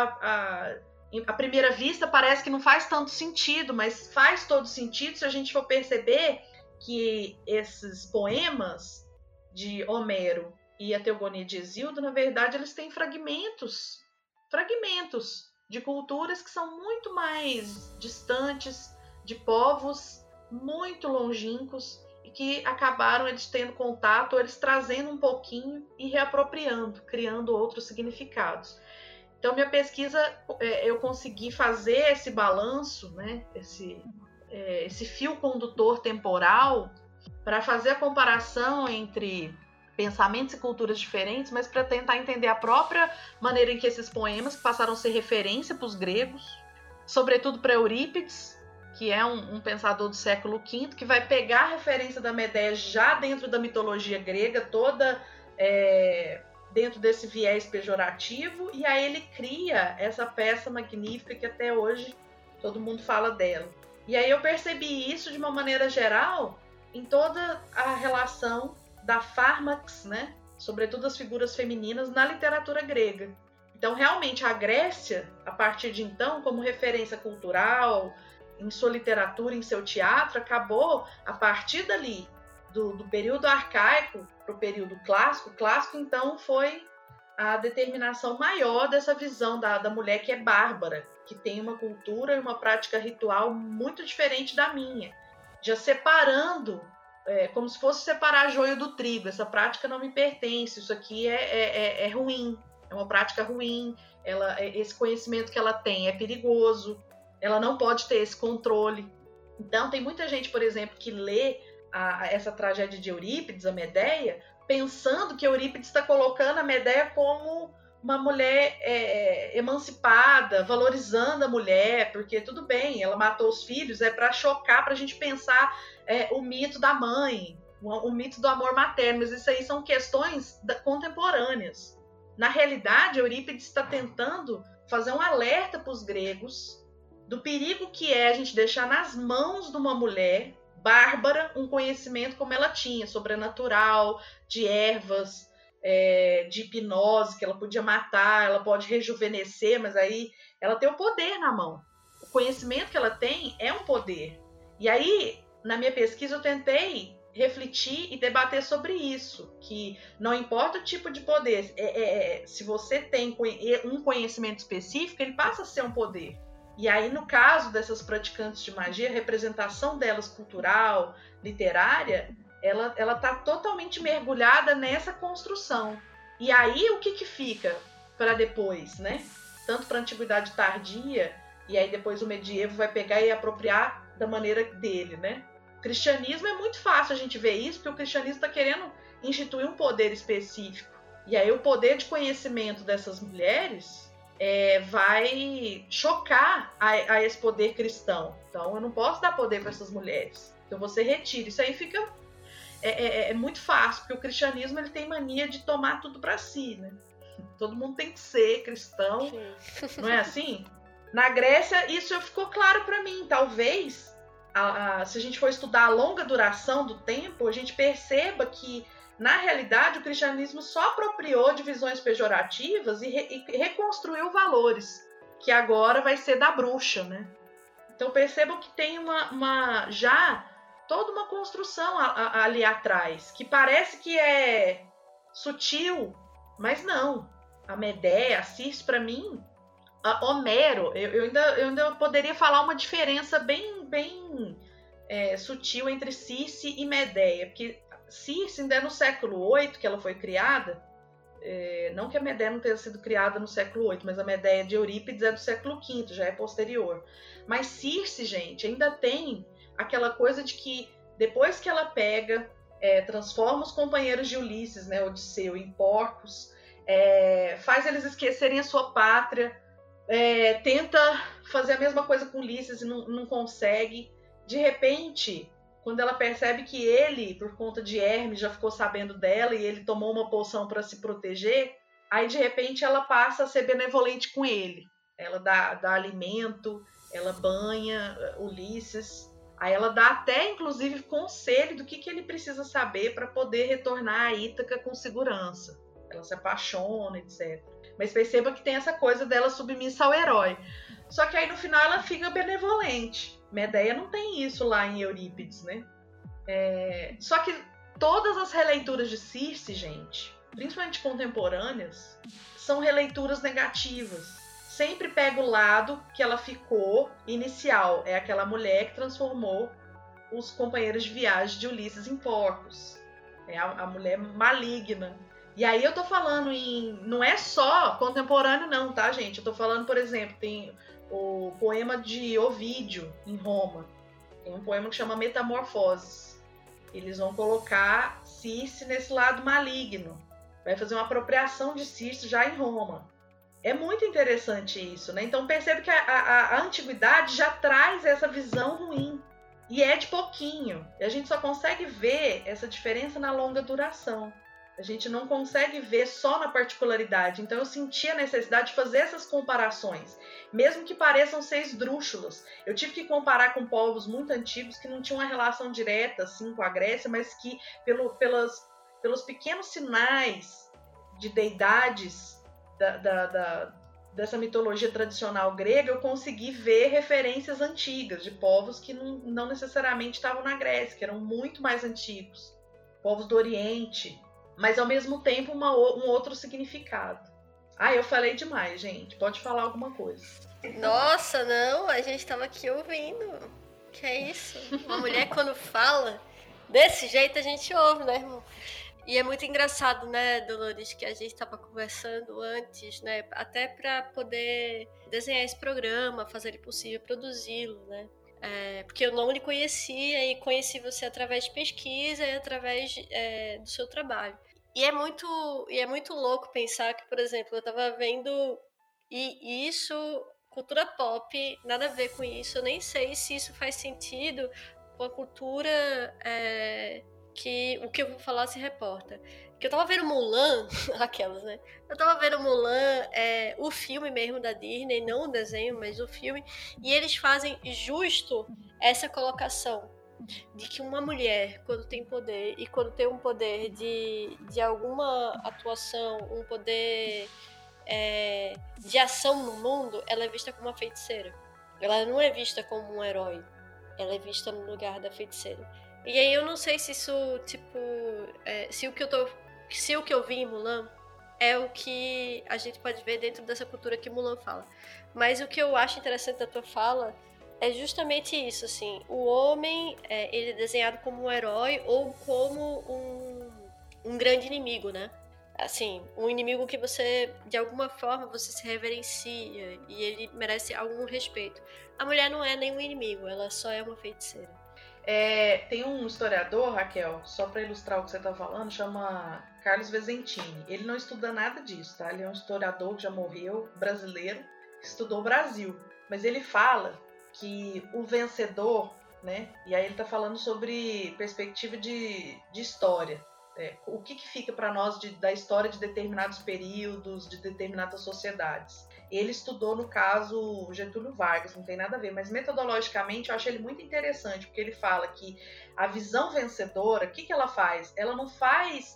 à primeira vista parece que não faz tanto sentido, mas faz todo sentido se a gente for perceber que esses poemas de Homero e a Teogonia de Hesíodo, na verdade, eles têm fragmentos fragmentos de culturas que são muito mais distantes, de povos muito longínquos e que acabaram eles tendo contato, ou eles trazendo um pouquinho e reapropriando, criando outros significados. Então, minha pesquisa, eu consegui fazer esse balanço, né, esse fio condutor temporal, para fazer a comparação entre pensamentos e culturas diferentes, mas para tentar entender a própria maneira em que esses poemas passaram a ser referência para os gregos, sobretudo para Eurípides, que é um pensador do século V, que vai pegar a referência da Medéia já dentro da mitologia grega, toda dentro desse viés pejorativo, e aí ele cria essa peça magnífica que até hoje todo mundo fala dela. E aí eu percebi isso de uma maneira geral em toda a relação da fármax, né? Sobretudo as figuras femininas na literatura grega. Então, realmente, a Grécia, a partir de então, como referência cultural, em sua literatura, em seu teatro, acabou, a partir dali, do período arcaico para o período clássico. O clássico, então, foi a determinação maior dessa visão da mulher que é bárbara, que tem uma cultura e uma prática ritual muito diferente da minha, já separando, como se fosse separar joio do trigo. Essa prática não me pertence, isso aqui é ruim, é uma prática ruim, esse conhecimento que ela tem é perigoso, ela não pode ter esse controle. Então, tem muita gente, por exemplo, que lê essa tragédia de Eurípides, a Medéia, pensando que Eurípides está colocando a Medéia como uma mulher emancipada, valorizando a mulher, porque tudo bem, ela matou os filhos, para chocar, para a gente pensar o mito da mãe, o mito do amor materno, mas isso aí são questões contemporâneas. Na realidade, Eurípides está tentando fazer um alerta para os gregos do perigo que é a gente deixar nas mãos de uma mulher bárbara um conhecimento como ela tinha, sobrenatural, de ervas, de hipnose, que ela podia matar, ela pode rejuvenescer, mas aí ela tem o poder na mão. O conhecimento que ela tem é um poder. E aí, na minha pesquisa, eu tentei refletir e debater sobre isso, que não importa o tipo de poder, se você tem um conhecimento específico, ele passa a ser um poder. E aí, no caso dessas praticantes de magia, a representação delas cultural, literária, ela está totalmente mergulhada nessa construção. E aí, o que fica para depois, né? Tanto para a Antiguidade Tardia, e aí depois o medievo vai pegar e apropriar da maneira dele, né? O cristianismo é muito fácil a gente ver isso, porque o cristianismo está querendo instituir um poder específico. E aí o poder de conhecimento dessas mulheres vai chocar a esse poder cristão. Então, eu não posso dar poder para essas mulheres. Então, você retira. Isso aí fica... É muito fácil, porque o cristianismo ele tem mania de tomar tudo para si, né? Todo mundo tem que ser cristão. Sim. Não é assim? Na Grécia, isso ficou claro para mim. Talvez, se a gente for estudar a longa duração do tempo, a gente perceba que, na realidade, o cristianismo só apropriou de visões pejorativas e reconstruiu valores, que agora vai ser da bruxa, né? Então percebam que tem já toda uma construção ali atrás, que parece que é sutil, mas não. A Medéia, a Circe, para mim, a Homero, eu ainda poderia falar uma diferença bem sutil entre Circe e Medéia, porque Circe ainda é no século VIII que ela foi criada, não que a Medéia não tenha sido criada no século VIII, mas a Medéia de Eurípides é do século V, já é posterior. Mas Circe, gente, ainda tem aquela coisa de que depois que ela pega, transforma os companheiros de Ulisses, né, Odisseu, em porcos, faz eles esquecerem a sua pátria, tenta fazer a mesma coisa com Ulisses e não consegue. De repente, quando ela percebe que ele, por conta de Hermes, já ficou sabendo dela e ele tomou uma poção para se proteger, aí de repente ela passa a ser benevolente com ele. Ela dá alimento, ela banha Ulisses, aí ela dá até, inclusive, conselho do que ele precisa saber para poder retornar a Ítaca com segurança. Ela se apaixona, etc. Mas perceba que tem essa coisa dela submissa ao herói. Só que aí no final ela fica benevolente. Medéia não tem isso lá em Eurípides, né? Só que todas as releituras de Circe, gente, principalmente contemporâneas, são releituras negativas. Sempre pega o lado que ela ficou inicial. É aquela mulher que transformou os companheiros de viagem de Ulisses em porcos. É a mulher maligna. E aí eu tô falando não é só contemporâneo não, tá, gente? Eu tô falando, por exemplo, tem o poema de Ovídio, em Roma. Tem um poema que chama Metamorfoses. Eles vão colocar Circe nesse lado maligno. Vai fazer uma apropriação de Circe já em Roma. É muito interessante isso, né? Então percebe que a antiguidade já traz essa visão ruim. E é de pouquinho. E a gente só consegue ver essa diferença na longa duração. A gente não consegue ver só na particularidade. Então eu senti a necessidade de fazer essas comparações, mesmo que pareçam ser esdrúxulas. Eu tive que comparar com povos muito antigos que não tinham uma relação direta assim, com a Grécia, mas que pelos pequenos sinais de deidades dessa mitologia tradicional grega, eu consegui ver referências antigas de povos que não necessariamente estavam na Grécia, que eram muito mais antigos. Povos do Oriente, mas ao mesmo tempo um outro significado. Eu falei demais, gente. Pode falar alguma coisa. Nossa, não, a gente tava aqui ouvindo. Que é isso? Uma mulher quando fala desse jeito a gente ouve, né, irmão? E é muito engraçado, né, Dolores, que a gente estava conversando antes, né, até para poder desenhar esse programa, fazer ele possível, produzi-lo, né? Porque eu não lhe conhecia e conheci você através de pesquisa e através do seu trabalho. E é muito louco pensar que, por exemplo, eu estava vendo e isso, cultura pop, nada a ver com isso. Eu nem sei se isso faz sentido com a cultura que o que eu vou falar se reporta. Que eu tava vendo Mulan, aquelas, né? Eu tava vendo Mulan, o filme mesmo da Disney, não o desenho, mas o filme, e eles fazem justo essa colocação de que uma mulher, quando tem poder, e quando tem um poder de alguma atuação, um poder de ação no mundo, ela é vista como uma feiticeira. Ela não é vista como um herói. Ela é vista no lugar da feiticeira. E aí eu não sei se isso, tipo, se o que eu vi em Mulan é o que a gente pode ver dentro dessa cultura que Mulan fala. Mas o que eu acho interessante da tua fala é justamente isso, assim, o homem, ele é desenhado como um herói ou como um grande inimigo, né? Assim, um inimigo que você, de alguma forma, você se reverencia e ele merece algum respeito. A mulher não é nenhum inimigo, ela só é uma feiticeira. Tem um historiador, Raquel, só para ilustrar o que você está falando, chama Carlos Vesentini. Ele não estuda nada disso, tá? Ele é um historiador que já morreu, brasileiro, que estudou o Brasil. Mas ele fala que o vencedor, né? E aí ele está falando sobre perspectiva de história. O que fica para nós da história de determinados períodos, de determinadas sociedades. Ele estudou, no caso, Getúlio Vargas, não tem nada a ver, mas metodologicamente eu acho ele muito interessante, porque ele fala que a visão vencedora, o que ela faz? Ela não faz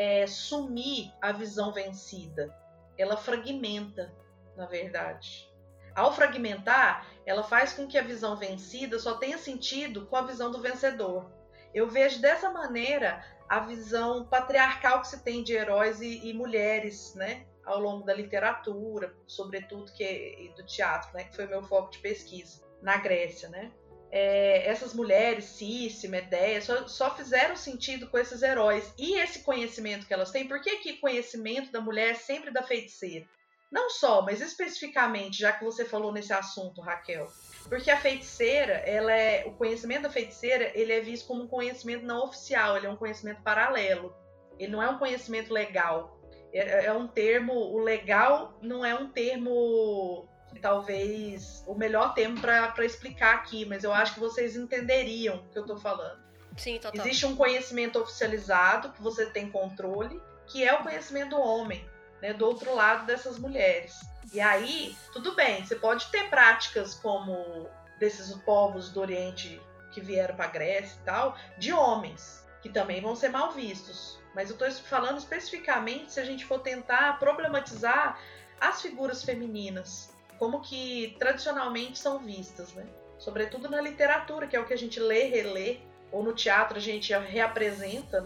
sumir a visão vencida, ela fragmenta, na verdade. Ao fragmentar, ela faz com que a visão vencida só tenha sentido com a visão do vencedor. Eu vejo dessa maneira a visão patriarcal que se tem de heróis e mulheres, né, ao longo da literatura, sobretudo e do teatro, né, que foi meu foco de pesquisa na Grécia, né? Essas mulheres, Circe, Medeia, só fizeram sentido com esses heróis. E esse conhecimento que elas têm, por que conhecimento da mulher é sempre da feiticeira? Não só, mas especificamente, já que você falou nesse assunto, Raquel, porque a feiticeira, o conhecimento da feiticeira, ele é visto como um conhecimento não oficial, ele é um conhecimento paralelo, ele não é um conhecimento legal. É um termo, o legal não é um termo, talvez, o melhor termo para explicar aqui, mas eu acho que vocês entenderiam o que eu estou falando. Sim, total. Existe um conhecimento oficializado, que você tem controle, que é o conhecimento do homem, né, do outro lado dessas mulheres. E aí, tudo bem, você pode ter práticas como desses povos do Oriente que vieram para a Grécia e tal, de homens, que também vão ser mal vistos. Mas eu estou falando especificamente se a gente for tentar problematizar as figuras femininas, como que tradicionalmente são vistas, né? Sobretudo na literatura, que é o que a gente lê, relê, ou no teatro a gente reapresenta, né?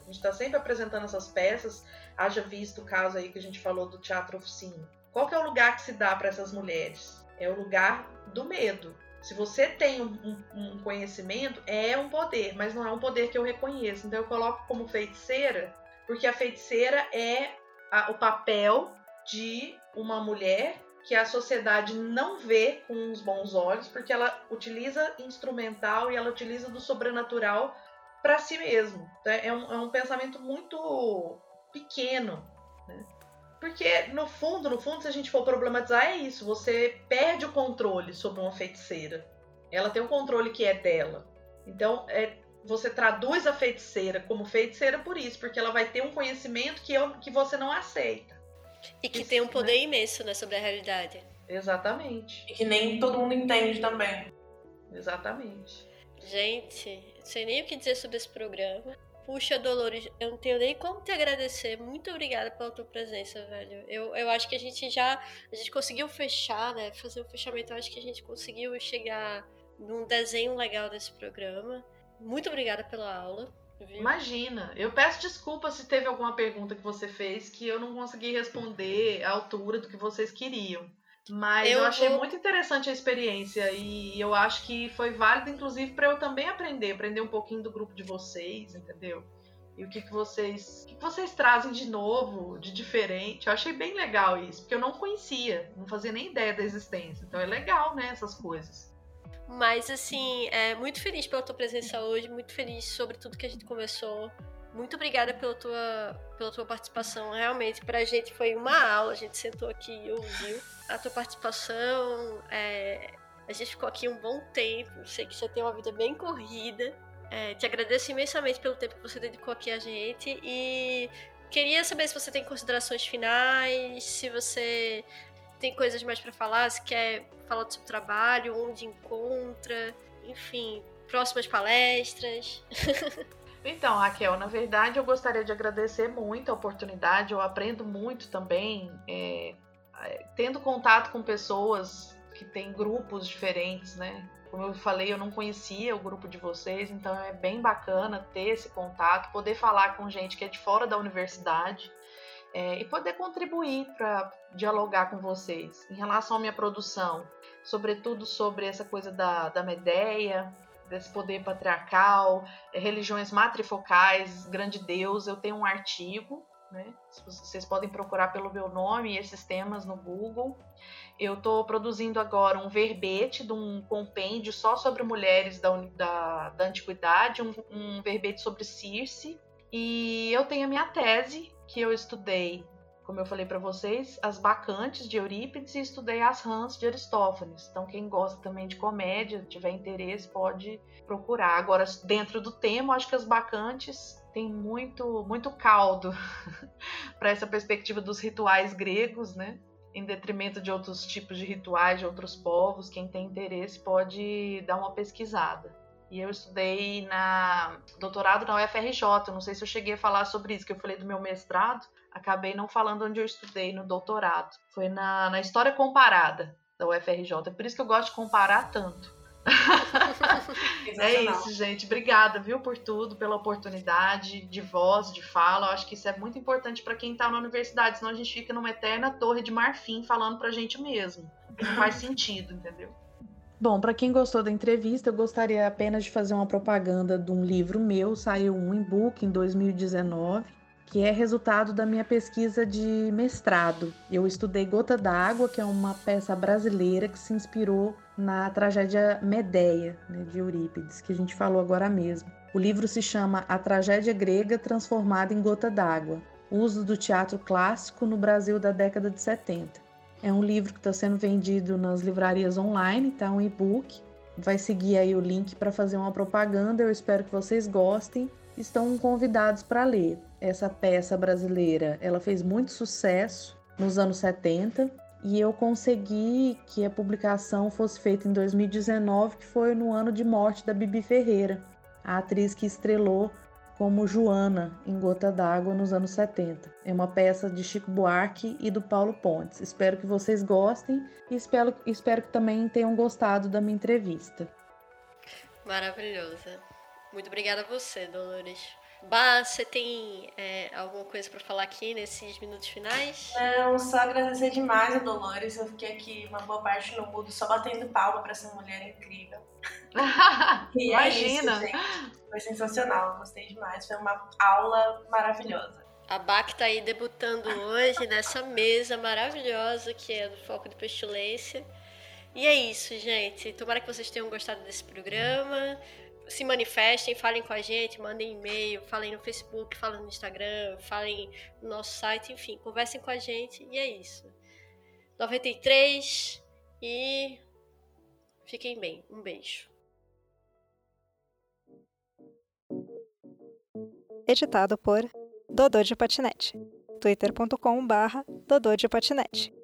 gente está sempre apresentando essas peças, haja visto o caso aí que a gente falou do teatro oficina. Qual que é o lugar que se dá para essas mulheres? É o lugar do medo. Se você tem um conhecimento, é um poder, mas não é um poder que eu reconheço. Então eu coloco como feiticeira, porque a feiticeira é o papel de uma mulher que a sociedade não vê com os bons olhos, porque ela utiliza instrumental e ela utiliza do sobrenatural para si mesmo. Então, é um pensamento muito pequeno, né? Porque, no fundo, se a gente for problematizar, é isso. Você perde o controle sobre uma feiticeira. Ela tem um controle que é dela. Então, você traduz a feiticeira como feiticeira por isso, porque ela vai ter um conhecimento que você não aceita. E que tem um poder imenso, né, sobre a realidade. Exatamente. E que nem todo mundo entende também. Exatamente. Gente, não sei nem o que dizer sobre esse programa. Puxa, Dolores, eu não tenho nem como te agradecer. Muito obrigada pela tua presença, velho. Eu acho que a gente conseguiu fechar, né? Fazer o fechamento. Eu acho que a gente conseguiu chegar num desenho legal desse programa. Muito obrigada pela aula. Viu? Imagina, eu peço desculpa se teve alguma pergunta que você fez que eu não consegui responder à altura do que vocês queriam. Mas eu achei muito interessante a experiência e eu acho que foi válido, inclusive, para eu também aprender um pouquinho do grupo de vocês, entendeu? E o que vocês trazem de novo, de diferente. Eu achei bem legal isso, porque eu não conhecia, não fazia nem ideia da existência. Então é legal, né, essas coisas. Mas, assim, muito feliz pela tua presença hoje, muito feliz sobre tudo que a gente conversou. Muito obrigada pela tua participação. Realmente, pra gente foi uma aula. A gente sentou aqui e ouviu a tua participação. A gente ficou aqui um bom tempo. Sei que você tem uma vida bem corrida. Te agradeço imensamente pelo tempo que você dedicou aqui a gente. E queria saber se você tem considerações finais, se você tem coisas mais pra falar, se quer falar do seu trabalho, onde encontra, enfim, próximas palestras. Então, Raquel, na verdade eu gostaria de agradecer muito a oportunidade, eu aprendo muito também, tendo contato com pessoas que têm grupos diferentes, né? Como eu falei, eu não conhecia o grupo de vocês, então é bem bacana ter esse contato, poder falar com gente que é de fora da universidade e poder contribuir para dialogar com vocês. Em relação à minha produção, sobretudo sobre essa coisa da Medeia, desse poder patriarcal, religiões matrifocais, grande Deus, eu tenho um artigo, né? Vocês podem procurar pelo meu nome e esses temas no Google. Eu estou produzindo agora um verbete de um compêndio só sobre mulheres da antiguidade, um verbete sobre Circe, e eu tenho a minha tese, que eu estudei, como eu falei para vocês, as bacantes de Eurípides e estudei as rãs de Aristófanes. Então, quem gosta também de comédia, tiver interesse, pode procurar. Agora, dentro do tema, acho que as bacantes têm muito, muito caldo para essa perspectiva dos rituais gregos, né? Em detrimento de outros tipos de rituais de outros povos. Quem tem interesse pode dar uma pesquisada. E eu estudei doutorado na UFRJ, eu não sei se eu cheguei a falar sobre isso, que eu falei do meu mestrado, acabei não falando onde eu estudei no doutorado. Foi na História Comparada da UFRJ, é por isso que eu gosto de comparar tanto. É isso, gente, obrigada, viu, por tudo, pela oportunidade de voz, de fala, eu acho que isso é muito importante para quem está na universidade, senão a gente fica numa eterna torre de marfim falando pra gente mesmo, não faz sentido, entendeu? Bom, para quem gostou da entrevista, eu gostaria apenas de fazer uma propaganda de um livro meu, saiu um e-book em 2019, que é resultado da minha pesquisa de mestrado. Eu estudei Gota d'Água, que é uma peça brasileira que se inspirou na tragédia Medeia, né, de Eurípides, que a gente falou agora mesmo. O livro se chama A Tragédia Grega Transformada em Gota d'Água, uso do teatro clássico no Brasil da década de 70. É um livro que está sendo vendido nas livrarias online, tá? Um e-book. Vai seguir aí o link para fazer uma propaganda. Eu espero que vocês gostem. Estão convidados para ler. Essa peça brasileira, ela fez muito sucesso nos anos 70 e eu consegui que a publicação fosse feita em 2019, que foi no ano de morte da Bibi Ferreira, a atriz que estrelou como Joana em Gota d'Água nos anos 70. É uma peça de Chico Buarque e do Paulo Pontes. Espero que vocês gostem e espero que também tenham gostado da minha entrevista. Maravilhosa. Muito obrigada a você, Dolores. Bah, você tem alguma coisa pra falar aqui nesses minutos finais? Não, só agradecer demais a Dolores. Eu fiquei aqui uma boa parte no mudo, só batendo palma pra essa mulher incrível. E Imagina! É isso, gente. Foi sensacional, gostei demais. Foi uma aula maravilhosa. A Bach tá aí debutando hoje nessa mesa maravilhosa que é do Foco de Pestilência. E é isso, gente. Tomara que vocês tenham gostado desse programa. Se manifestem, falem com a gente, mandem e-mail, falem no Facebook, falem no Instagram, falem no nosso site, enfim, conversem com a gente. E é isso. 93 e fiquem bem. Um beijo. Editado por Dodô de Patinete. twitter.com/Dodô de Patinete.